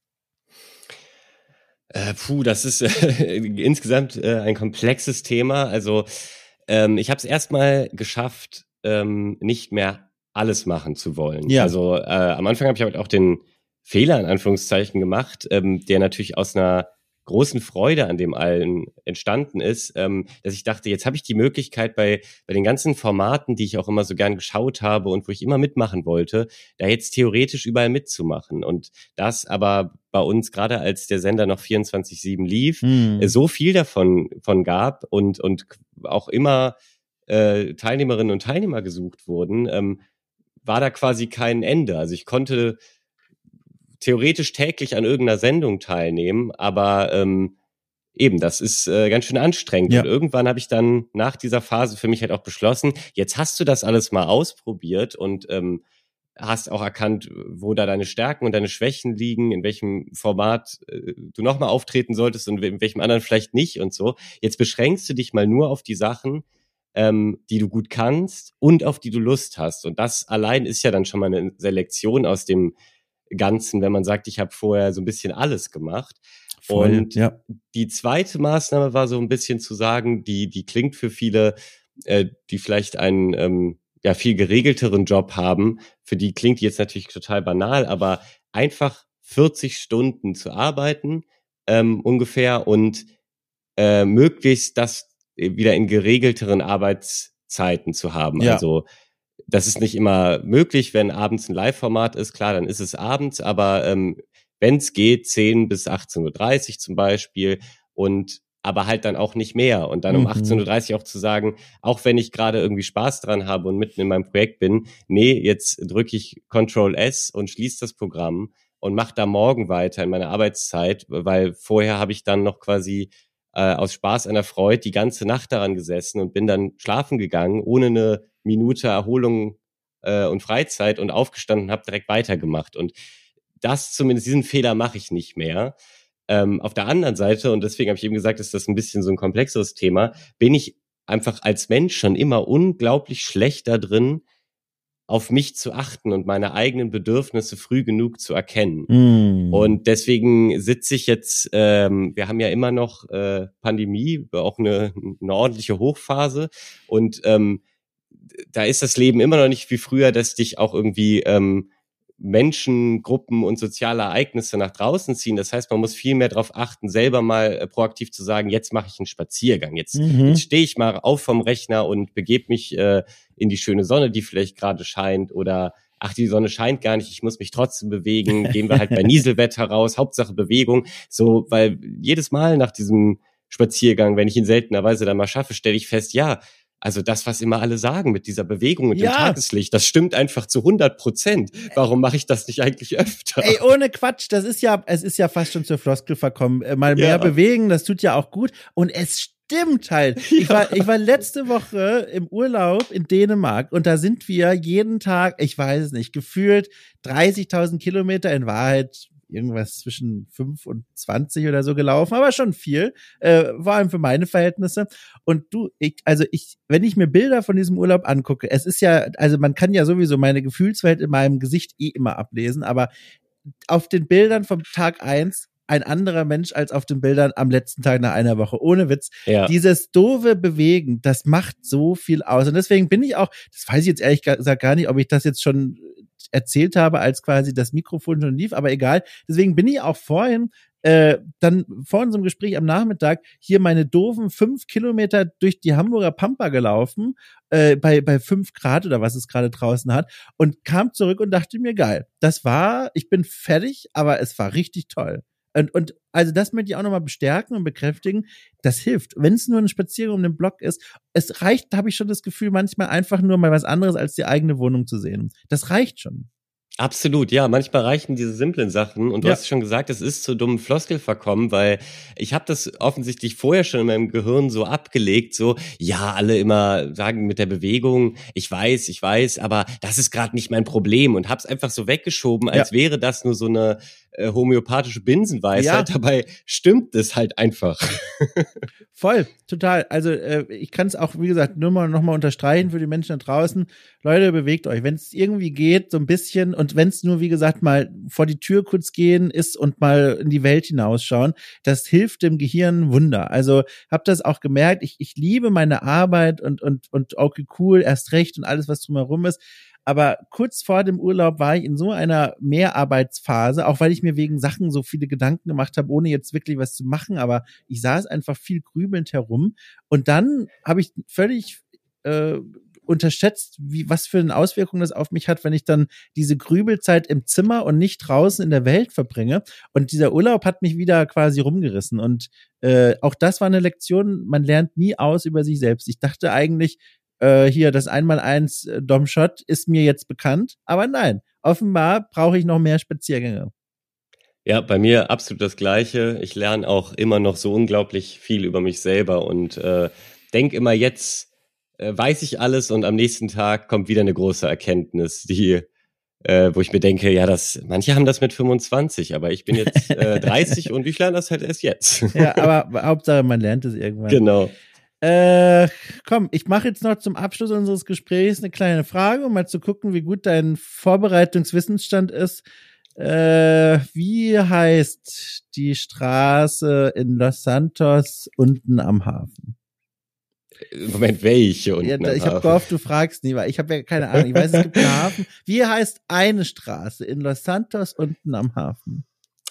Äh, puh, das ist äh, insgesamt äh, ein komplexes Thema. Also ähm, ich habe es erstmal geschafft, ähm, nicht mehr alles machen zu wollen. Ja. Also äh, am Anfang habe ich halt auch den Fehler in Anführungszeichen gemacht, ähm, der natürlich aus einer großen Freude an dem allen entstanden ist, ähm, dass ich dachte, jetzt habe ich die Möglichkeit bei bei den ganzen Formaten, die ich auch immer so gern geschaut habe und wo ich immer mitmachen wollte, da jetzt theoretisch überall mitzumachen. Und das aber bei uns, gerade als der Sender noch vierundzwanzig sieben lief, Hm. äh, so viel davon von gab und und auch immer äh, Teilnehmerinnen und Teilnehmer gesucht wurden, ähm, war da quasi kein Ende. Also ich konnte theoretisch täglich an irgendeiner Sendung teilnehmen, aber ähm, eben, das ist äh, ganz schön anstrengend. Ja. Und irgendwann habe ich dann nach dieser Phase für mich halt auch beschlossen, jetzt hast du das alles mal ausprobiert und ähm, hast auch erkannt, wo da deine Stärken und deine Schwächen liegen, in welchem Format äh, du nochmal auftreten solltest und in welchem anderen vielleicht nicht und so. Jetzt beschränkst du dich mal nur auf die Sachen, ähm, die du gut kannst und auf die du Lust hast. Und das allein ist ja dann schon mal eine Selektion aus dem Ganzen, wenn man sagt, ich habe vorher so ein bisschen alles gemacht. Voll, und ja. die zweite Maßnahme war so ein bisschen zu sagen, die die klingt für viele, äh, die vielleicht einen ähm, ja viel geregelteren Job haben, für die klingt die jetzt natürlich total banal, aber einfach vierzig Stunden zu arbeiten ähm, ungefähr und äh, möglichst das wieder in geregelteren Arbeitszeiten zu haben. Ja. Also das ist nicht immer möglich, wenn abends ein Live-Format ist, klar, dann ist es abends, aber ähm, wenn es geht, zehn bis achtzehn Uhr dreißig zum Beispiel und aber halt dann auch nicht mehr. Und dann um Mhm. achtzehn Uhr dreißig auch zu sagen, auch wenn ich gerade irgendwie Spaß dran habe und mitten in meinem Projekt bin, nee, jetzt drücke ich Control S und schließe das Programm und mache da morgen weiter in meiner Arbeitszeit, weil vorher habe ich dann noch quasi äh, aus Spaß an der Freude die ganze Nacht daran gesessen und bin dann schlafen gegangen, ohne eine Minute Erholung äh, und Freizeit und aufgestanden und habe direkt weitergemacht. Und das zumindest, diesen Fehler mache ich nicht mehr. Ähm, auf der anderen Seite, und deswegen habe ich eben gesagt, ist das ein bisschen so ein komplexeres Thema, bin ich einfach als Mensch schon immer unglaublich schlecht da drin, auf mich zu achten und meine eigenen Bedürfnisse früh genug zu erkennen. Mhm. Und deswegen sitze ich jetzt, ähm, wir haben ja immer noch äh, Pandemie, auch eine, eine ordentliche Hochphase und ähm, da ist das Leben immer noch nicht wie früher, dass dich auch irgendwie ähm, Menschen, Gruppen und soziale Ereignisse nach draußen ziehen. Das heißt, man muss viel mehr darauf achten, selber mal äh, proaktiv zu sagen, jetzt mache ich einen Spaziergang, jetzt, Mhm. jetzt stehe ich mal auf vom Rechner und begebe mich äh, in die schöne Sonne, die vielleicht gerade scheint oder ach, die Sonne scheint gar nicht, ich muss mich trotzdem bewegen, gehen wir halt bei Nieselwetter raus, Hauptsache Bewegung, so, weil jedes Mal nach diesem Spaziergang, wenn ich ihn seltenerweise dann mal schaffe, stelle ich fest, ja, also das, was immer alle sagen mit dieser Bewegung und Ja. dem Tageslicht, das stimmt einfach zu hundert Prozent. Warum mache ich das nicht eigentlich öfter? Ey, ohne Quatsch, das ist ja, es ist ja fast schon zur Floskel verkommen. Äh, Mal mehr Ja. bewegen, das tut ja auch gut. Und es stimmt halt. Ich war, ich war letzte Woche im Urlaub in Dänemark und da sind wir jeden Tag, ich weiß es nicht, gefühlt dreißigtausend Kilometer, in Wahrheit irgendwas zwischen fünf und zwanzig oder so gelaufen, aber schon viel, äh, vor allem für meine Verhältnisse. Und du, ich, also ich, wenn ich mir Bilder von diesem Urlaub angucke, es ist ja, also man kann ja sowieso meine Gefühlswelt in meinem Gesicht eh immer ablesen, aber auf den Bildern vom Tag eins ein anderer Mensch als auf den Bildern am letzten Tag nach einer Woche. Ohne Witz. Ja. Dieses doofe Bewegen, das macht so viel aus. Und deswegen bin ich auch, das weiß ich jetzt ehrlich gesagt gar nicht, ob ich das jetzt schon erzählt habe, als quasi das Mikrofon schon lief, aber egal. Deswegen bin ich auch vorhin Äh, dann vor unserem Gespräch am Nachmittag hier meine doofen fünf Kilometer durch die Hamburger Pampa gelaufen, äh, bei, bei fünf Grad oder was es gerade draußen hat, und kam zurück und dachte mir, geil, das war, ich bin fertig, aber es war richtig toll. Und, und also das möchte ich auch nochmal bestärken und bekräftigen, das hilft. Wenn es nur ein Spaziergang um den Block ist, es reicht, da habe ich schon das Gefühl, manchmal einfach nur mal was anderes als die eigene Wohnung zu sehen. Das reicht schon. Absolut, ja. Manchmal reichen diese simplen Sachen. Und du Ja. hast schon gesagt, es ist zu dummen Floskel verkommen, weil ich habe das offensichtlich vorher schon in meinem Gehirn so abgelegt, so, ja, alle immer sagen mit der Bewegung, ich weiß, ich weiß, aber das ist gerade nicht mein Problem, und hab's einfach so weggeschoben, als Ja. wäre das nur so eine äh, homöopathische Binsenweisheit. Ja. Dabei stimmt es halt einfach. Voll, total. Also äh, ich kann es auch, wie gesagt, nur mal noch mal unterstreichen für die Menschen da draußen. Leute, bewegt euch, wenn es irgendwie geht, so ein bisschen, und wenn es nur, wie gesagt, mal vor die Tür kurz gehen ist und mal in die Welt hinausschauen, das hilft dem Gehirn Wunder. Also hab das auch gemerkt. Ich, ich liebe meine Arbeit und und und okay, cool, erst recht und alles, was drumherum ist. Aber kurz vor dem Urlaub war ich in so einer Mehrarbeitsphase, auch weil ich mir wegen Sachen so viele Gedanken gemacht habe, ohne jetzt wirklich was zu machen. Aber ich saß einfach viel grübelnd herum. Und dann habe ich völlig äh, unterschätzt, wie was für eine Auswirkung das auf mich hat, wenn ich dann diese Grübelzeit im Zimmer und nicht draußen in der Welt verbringe. Und dieser Urlaub hat mich wieder quasi rumgerissen. Und äh, auch das war eine Lektion, man lernt nie aus über sich selbst. Ich dachte eigentlich, äh, hier das Einmaleins äh, Domshot ist mir jetzt bekannt, aber nein, offenbar brauche ich noch mehr Spaziergänge. Ja, bei mir absolut das Gleiche. Ich lerne auch immer noch so unglaublich viel über mich selber und äh, denke immer, jetzt äh, weiß ich alles, und am nächsten Tag kommt wieder eine große Erkenntnis, die, äh, wo ich mir denke, ja, das, manche haben das mit fünfundzwanzig, aber ich bin jetzt äh, dreißig und ich lerne das halt erst jetzt. Ja, aber Hauptsache, man lernt es irgendwann. Genau. Äh, komm, ich mache jetzt noch zum Abschluss unseres Gesprächs eine kleine Frage, um mal zu gucken, wie gut dein Vorbereitungswissensstand ist. Äh, wie heißt die Straße in Los Santos unten am Hafen? Moment, welche unten Ja, am ich habe Hafen? gehofft, du fragst nie, weil ich habe ja keine Ahnung. Ich weiß, es gibt einen Hafen. Wie heißt eine Straße in Los Santos unten am Hafen?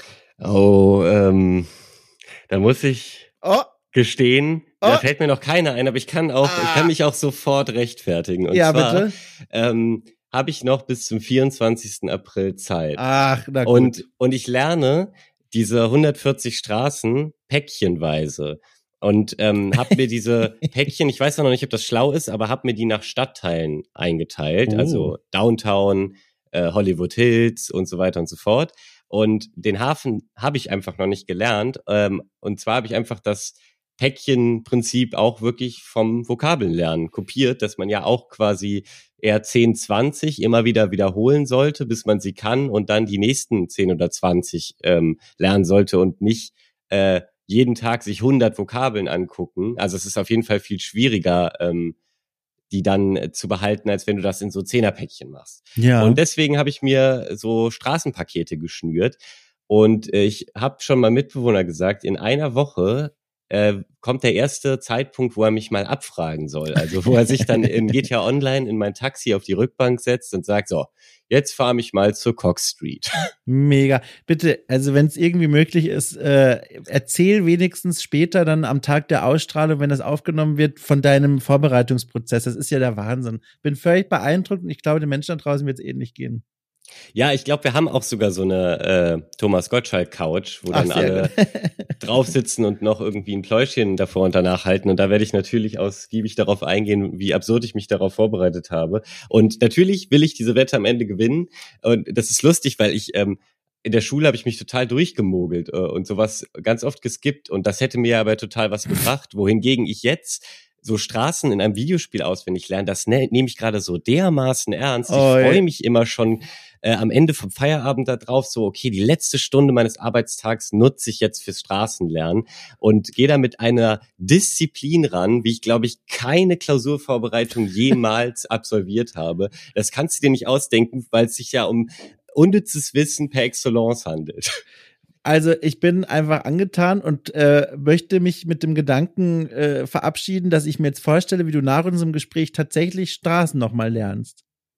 Oh, ähm, da muss ich Oh, gestehen, Oh. da fällt mir noch keiner ein, aber ich kann auch, Ah. ich kann mich auch sofort rechtfertigen. Und ja, zwar bitte. ähm, habe ich noch bis zum vierundzwanzigsten April Zeit. Ach, na gut. Und, und ich lerne diese hundertvierzig Straßen päckchenweise. Und ähm, habe mir diese Päckchen, ich weiß noch nicht, ob das schlau ist, aber habe mir die nach Stadtteilen eingeteilt. Oh. Also Downtown, äh, Hollywood Hills und so weiter und so fort. Und den Hafen habe ich einfach noch nicht gelernt. Ähm, und zwar habe ich einfach das Päckchenprinzip auch wirklich vom Vokabellernen kopiert, dass man ja auch quasi eher zehn, zwanzig immer wieder wiederholen sollte, bis man sie kann, und dann die nächsten zehn oder zwanzig ähm, lernen sollte und nicht äh, jeden Tag sich hundert Vokabeln angucken. Also es ist auf jeden Fall viel schwieriger, ähm, die dann äh, zu behalten, als wenn du das in so Zehnerpäckchen machst. Ja. Und deswegen habe ich mir so Straßenpakete geschnürt. Und äh, ich habe schon mal Mitbewohner gesagt, in einer Woche äh, kommt der erste Zeitpunkt, wo er mich mal abfragen soll. Also wo er sich dann in G T A Online in mein Taxi auf die Rückbank setzt und sagt, so, jetzt fahre mich mal zur Cox Street. Mega. Bitte, also wenn es irgendwie möglich ist, äh, erzähl wenigstens später dann am Tag der Ausstrahlung, wenn das aufgenommen wird, von deinem Vorbereitungsprozess. Das ist ja der Wahnsinn. Bin völlig beeindruckt und ich glaube, den Menschen da draußen wird es ähnlich gehen. Ja, ich glaube, wir haben auch sogar so eine äh, Thomas Gottschalk-Couch, wo Ach, dann sehr alle gut. drauf sitzen und noch irgendwie ein Pläuschchen davor und danach halten. Und da werde ich natürlich ausgiebig darauf eingehen, wie absurd ich mich darauf vorbereitet habe. Und natürlich will ich diese Wette am Ende gewinnen. Und das ist lustig, weil ich ähm, in der Schule habe ich mich total durchgemogelt äh, und sowas ganz oft geskippt. Und das hätte mir aber total was gebracht. Wohingegen ich jetzt so Straßen in einem Videospiel auswendig lerne, das ne, nehme ich gerade so dermaßen ernst. Ich Oh, freue ja. mich immer schon äh, am Ende vom Feierabend da drauf, so, okay, die letzte Stunde meines Arbeitstags nutze ich jetzt fürs Straßenlernen und gehe da mit einer Disziplin ran, wie ich, glaube ich, keine Klausurvorbereitung jemals absolviert habe. Das kannst du dir nicht ausdenken, weil es sich ja um unnützes Wissen per Excellence handelt. Also ich bin einfach angetan und äh, möchte mich mit dem Gedanken äh, verabschieden, dass ich mir jetzt vorstelle, wie du nach unserem Gespräch tatsächlich Straßen nochmal lernst.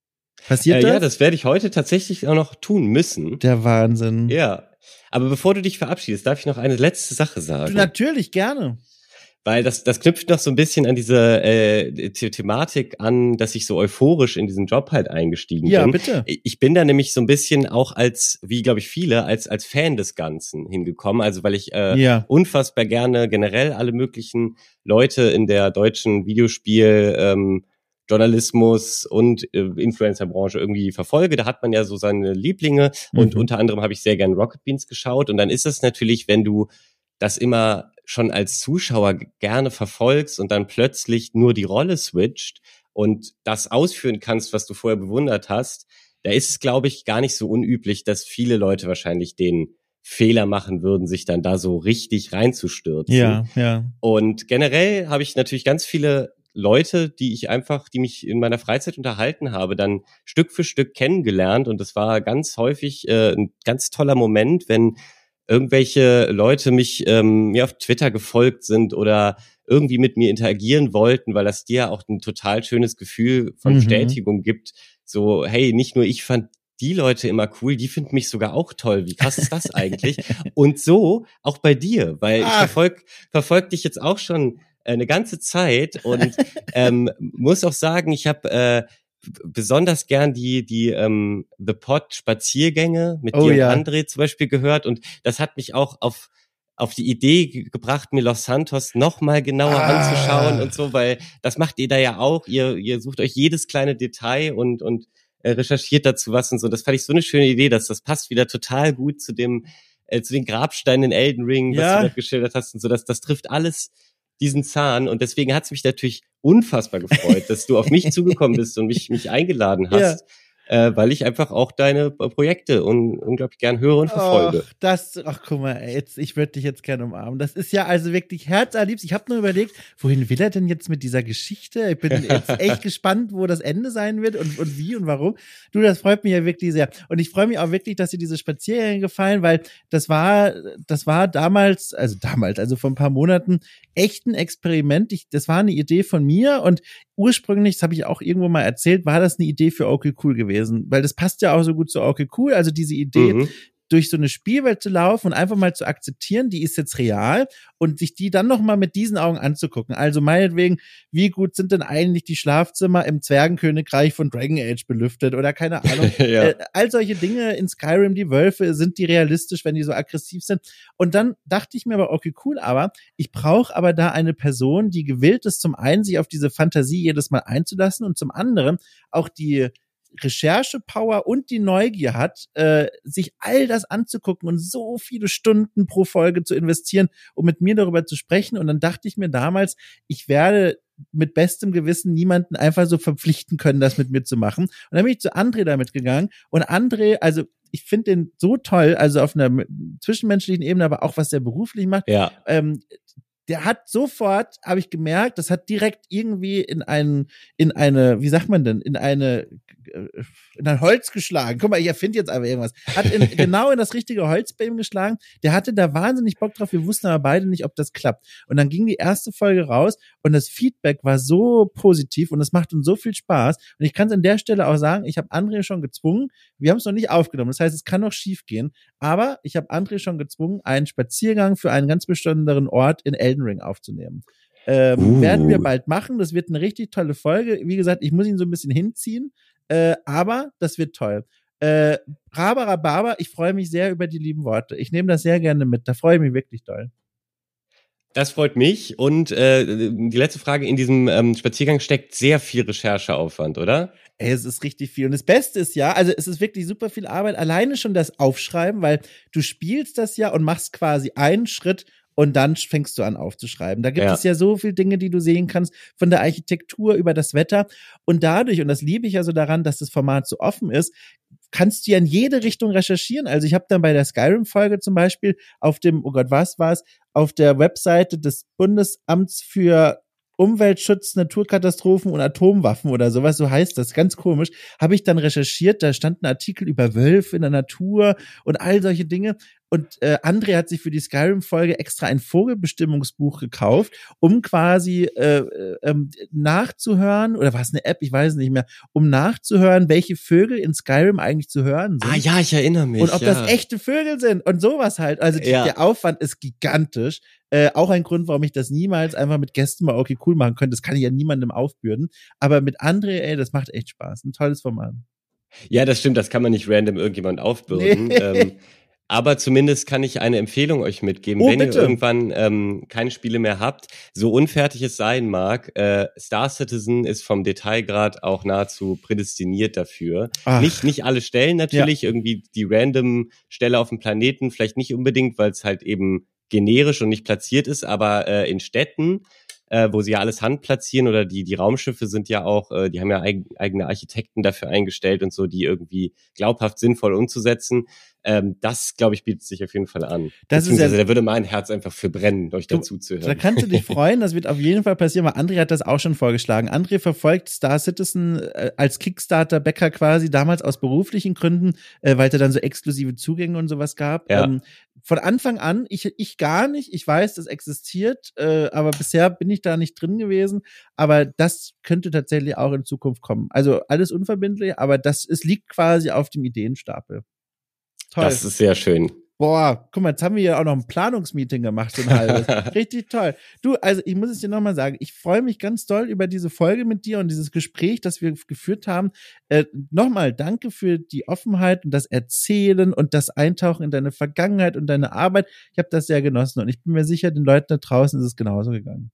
Passiert äh, das? Ja, das werde ich heute tatsächlich auch noch tun müssen. Der Wahnsinn. Ja, aber bevor du dich verabschiedest, darf ich noch eine letzte Sache sagen. Du, natürlich, gerne. Weil das, das knüpft noch so ein bisschen an diese äh, The- Thematik an, dass ich so euphorisch in diesen Job halt eingestiegen Ja, bin. bitte. Ich bin da nämlich so ein bisschen auch als, wie glaube ich viele, als als Fan des Ganzen hingekommen. Also weil ich äh, Ja. unfassbar gerne generell alle möglichen Leute in der deutschen Videospiel ähm, Journalismus und äh, Influencer-Branche irgendwie verfolge. Da hat man ja so seine Lieblinge und Mhm. unter anderem habe ich sehr gern Rocket Beans geschaut. Und dann ist es natürlich, wenn du das immer schon als Zuschauer gerne verfolgst und dann plötzlich nur die Rolle switcht und das ausführen kannst, was du vorher bewundert hast, da ist es, glaube ich, gar nicht so unüblich, dass viele Leute wahrscheinlich den Fehler machen würden, sich dann da so richtig reinzustürzen. Ja, ja. Und generell habe ich natürlich ganz viele Leute, die ich einfach, die mich in meiner Freizeit unterhalten habe, dann Stück für Stück kennengelernt. Und das war ganz häufig äh, ein ganz toller Moment, wenn irgendwelche Leute mich ähm, mir auf Twitter gefolgt sind oder irgendwie mit mir interagieren wollten, weil das dir auch ein total schönes Gefühl von Mhm. Bestätigung gibt. So, hey, nicht nur ich fand die Leute immer cool, die finden mich sogar auch toll. Wie krass ist das eigentlich? Und so auch bei dir, weil ich Ach. verfolg, verfolg dich jetzt auch schon eine ganze Zeit und ähm, muss auch sagen, ich habe äh, besonders gern die die ähm, The Pod Spaziergänge mit Oh dir ja. und André zum Beispiel gehört und das hat mich auch auf auf die Idee ge- gebracht, mir Los Santos noch mal genauer Ah. anzuschauen und so, weil das macht ihr da ja auch. Ihr ihr sucht euch jedes kleine Detail und und äh, recherchiert dazu was und so. Das fand ich so eine schöne Idee, dass das passt wieder total gut zu dem äh, zu den Grabsteinen in Elden Ring, was Ja. du gerade geschildert hast und so. Das das trifft alles diesen Zahn und deswegen hat es mich natürlich unfassbar gefreut, dass du auf mich zugekommen bist und mich mich eingeladen hast, ja. äh, weil ich einfach auch deine Projekte un, unglaublich gern höre und verfolge. Ach, das, ach guck mal, ey, jetzt, ich würde dich jetzt gerne umarmen. Das ist ja also wirklich herzallerliebst. Ich habe nur überlegt, wohin will er denn jetzt mit dieser Geschichte? Ich bin jetzt echt gespannt, wo das Ende sein wird und, und wie und warum. Du, das freut mich ja wirklich sehr. Und ich freue mich auch wirklich, dass dir diese Spaziergänge gefallen, weil das war, das war damals, also damals, also vor ein paar Monaten, echt ein Experiment. Ich, das war eine Idee von mir und ursprünglich, das habe ich auch irgendwo mal erzählt, war das eine Idee für Okay Cool gewesen, weil das passt ja auch so gut zu Okay Cool, also diese Idee, Mhm. durch so eine Spielwelt zu laufen und einfach mal zu akzeptieren, die ist jetzt real und sich die dann noch mal mit diesen Augen anzugucken. Also meinetwegen, wie gut sind denn eigentlich die Schlafzimmer im Zwergenkönigreich von Dragon Age belüftet oder keine Ahnung. Ja. äh, all solche Dinge in Skyrim, die Wölfe, sind die realistisch, wenn die so aggressiv sind? Und dann dachte ich mir aber, okay, cool, aber ich brauche aber da eine Person, die gewillt ist, zum einen sich auf diese Fantasie jedes Mal einzulassen und zum anderen auch die Recherchepower und die Neugier hat, äh, sich all das anzugucken und so viele Stunden pro Folge zu investieren, um mit mir darüber zu sprechen. Und dann dachte ich mir damals, ich werde mit bestem Gewissen niemanden einfach so verpflichten können, das mit mir zu machen. Und dann bin ich zu André damit gegangen. Und André, also ich finde den so toll, also auf einer zwischenmenschlichen Ebene, aber auch was der beruflich macht. Ja. Ähm, der hat sofort, habe ich gemerkt, das hat direkt irgendwie in einen, in eine, wie sagt man denn, in eine, in ein Holz geschlagen. Guck mal, ich erfinde jetzt aber irgendwas. Hat in, genau in das richtige Holz bei ihm geschlagen. Der hatte da wahnsinnig Bock drauf. Wir wussten aber beide nicht, ob das klappt. Und dann ging die erste Folge raus und das Feedback war so positiv und es macht uns so viel Spaß. Und ich kann es an der Stelle auch sagen, ich habe André schon gezwungen. Wir haben es noch nicht aufgenommen. Das heißt, es kann noch schief gehen. Aber ich habe André schon gezwungen, einen Spaziergang für einen ganz besonderen Ort in Elden Ring aufzunehmen. Ähm, Uh. Werden wir bald machen. Das wird eine richtig tolle Folge. Wie gesagt, ich muss ihn so ein bisschen hinziehen. Äh, aber das wird toll. Äh, Rabarababa, ich freue mich sehr über die lieben Worte. Ich nehme das sehr gerne mit. Da freue ich mich wirklich doll. Das freut mich. Und äh, die letzte Frage, in diesem ähm, Spaziergang steckt sehr viel Rechercheaufwand, oder? Ey, es ist richtig viel. Und das Beste ist ja, also es ist wirklich super viel Arbeit. Alleine schon das Aufschreiben, weil du spielst das ja und machst quasi einen Schritt und dann fängst du an aufzuschreiben. Da gibt ja. es ja so viele Dinge, die du sehen kannst, von der Architektur über das Wetter. Und dadurch, und das liebe ich ja so daran, dass das Format so offen ist, kannst du ja in jede Richtung recherchieren. Also ich habe dann bei der Skyrim-Folge zum Beispiel auf dem, oh Gott, was war's, auf der Webseite des Bundesamts für Umweltschutz, Naturkatastrophen und Atomwaffen oder sowas, so heißt das, ganz komisch, habe ich dann recherchiert, da stand ein Artikel über Wölfe in der Natur und all solche Dinge. und äh, André hat sich für die Skyrim-Folge extra ein Vogelbestimmungsbuch gekauft, um quasi äh, äh, nachzuhören, oder war es eine App, ich weiß nicht mehr, um nachzuhören, welche Vögel in Skyrim eigentlich zu hören sind. Ah ja, ich erinnere mich. Und ob ja. das echte Vögel sind und sowas halt. Also die, ja. der Aufwand ist gigantisch. Äh, auch ein Grund, warum ich das niemals einfach mit Gästen mal okay cool machen könnte. Das kann ich ja niemandem aufbürden. Aber mit André, ey, das macht echt Spaß. Ein tolles Format. Ja, das stimmt. Das kann man nicht random irgendjemand aufbürden. Nee. Ähm, aber zumindest kann ich eine Empfehlung euch mitgeben, oh, wenn bitte. ihr irgendwann ähm, keine Spiele mehr habt, so unfertig es sein mag, äh, Star Citizen ist vom Detailgrad auch nahezu prädestiniert dafür. Ach. Nicht nicht alle Stellen natürlich, ja. irgendwie die random Stelle auf dem Planeten, vielleicht nicht unbedingt, weil es halt eben generisch und nicht platziert ist, aber äh, in Städten, äh, wo sie ja alles handplatzieren oder die die Raumschiffe sind ja auch, äh, die haben ja eig- eigene Architekten dafür eingestellt und so, die irgendwie glaubhaft sinnvoll umzusetzen. Ähm, das, glaube ich, bietet sich auf jeden Fall an. Das ist ja, da würde mein Herz einfach für brennen, euch dazu zu hören. Da kannst du dich freuen, das wird auf jeden Fall passieren, weil André hat das auch schon vorgeschlagen. André verfolgt Star Citizen äh, als Kickstarter-Bäcker quasi, damals aus beruflichen Gründen, äh, weil es da dann so exklusive Zugänge und sowas gab. Ja. Ähm, von Anfang an, ich, ich gar nicht, ich weiß, das existiert, äh, aber bisher bin ich da nicht drin gewesen, aber das könnte tatsächlich auch in Zukunft kommen. Also alles unverbindlich, aber das es liegt quasi auf dem Ideenstapel. Toll. Das ist sehr schön. Boah, guck mal, jetzt haben wir ja auch noch ein Planungsmeeting gemacht, so ein halbes. Richtig toll. Du, also ich muss es dir nochmal sagen, ich freue mich ganz doll über diese Folge mit dir und dieses Gespräch, das wir geführt haben. Äh, nochmal, danke für die Offenheit und das Erzählen und das Eintauchen in deine Vergangenheit und deine Arbeit. Ich habe das sehr genossen und ich bin mir sicher, den Leuten da draußen ist es genauso gegangen.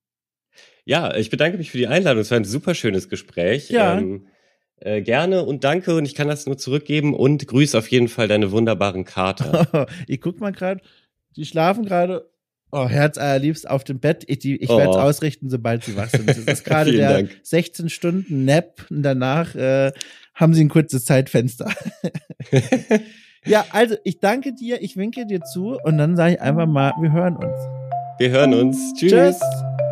Ja, ich bedanke mich für die Einladung. Es war ein super schönes Gespräch. Ja. Ähm, Äh, gerne und danke und ich kann das nur zurückgeben und grüß auf jeden Fall deine wunderbaren Kater. Ich guck mal gerade, die schlafen gerade, oh, herzallerliebst auf dem Bett. Ich, ich werde es oh. ausrichten, sobald sie wach sind. Das ist gerade der Dank. sechzehn Stunden Nap und danach äh, haben sie ein kurzes Zeitfenster. Ja, also ich danke dir, ich winke dir zu und dann sage ich einfach mal, wir hören uns. Wir hören uns. Tschüss. Tschüss.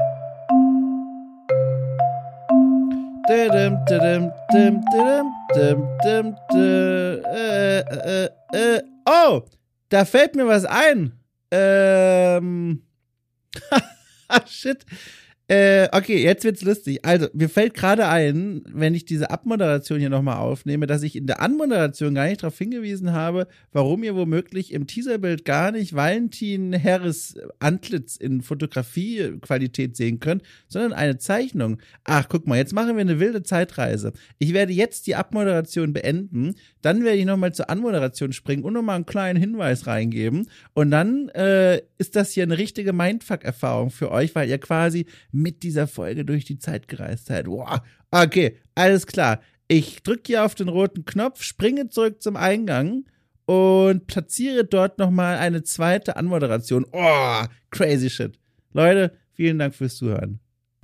Oh, da fällt mir was ein. Ähm. Shit. Äh, okay, jetzt wird's lustig. Also, mir fällt gerade ein, wenn ich diese Abmoderation hier nochmal aufnehme, dass ich in der Anmoderation gar nicht darauf hingewiesen habe, warum ihr womöglich im Teaserbild gar nicht Valentin Harris Antlitz in Fotografiequalität sehen könnt, sondern eine Zeichnung. Ach, guck mal, jetzt machen wir eine wilde Zeitreise. Ich werde jetzt die Abmoderation beenden, dann werde ich nochmal zur Anmoderation springen und nochmal einen kleinen Hinweis reingeben und dann äh, ist das hier eine richtige Mindfuck-Erfahrung für euch, weil ihr quasi mit dieser Folge durch die Zeit gereist seid. Wow. Okay, alles klar. Ich drücke hier auf den roten Knopf, springe zurück zum Eingang und platziere dort nochmal eine zweite Anmoderation. Oh, crazy shit. Leute, vielen Dank fürs Zuhören.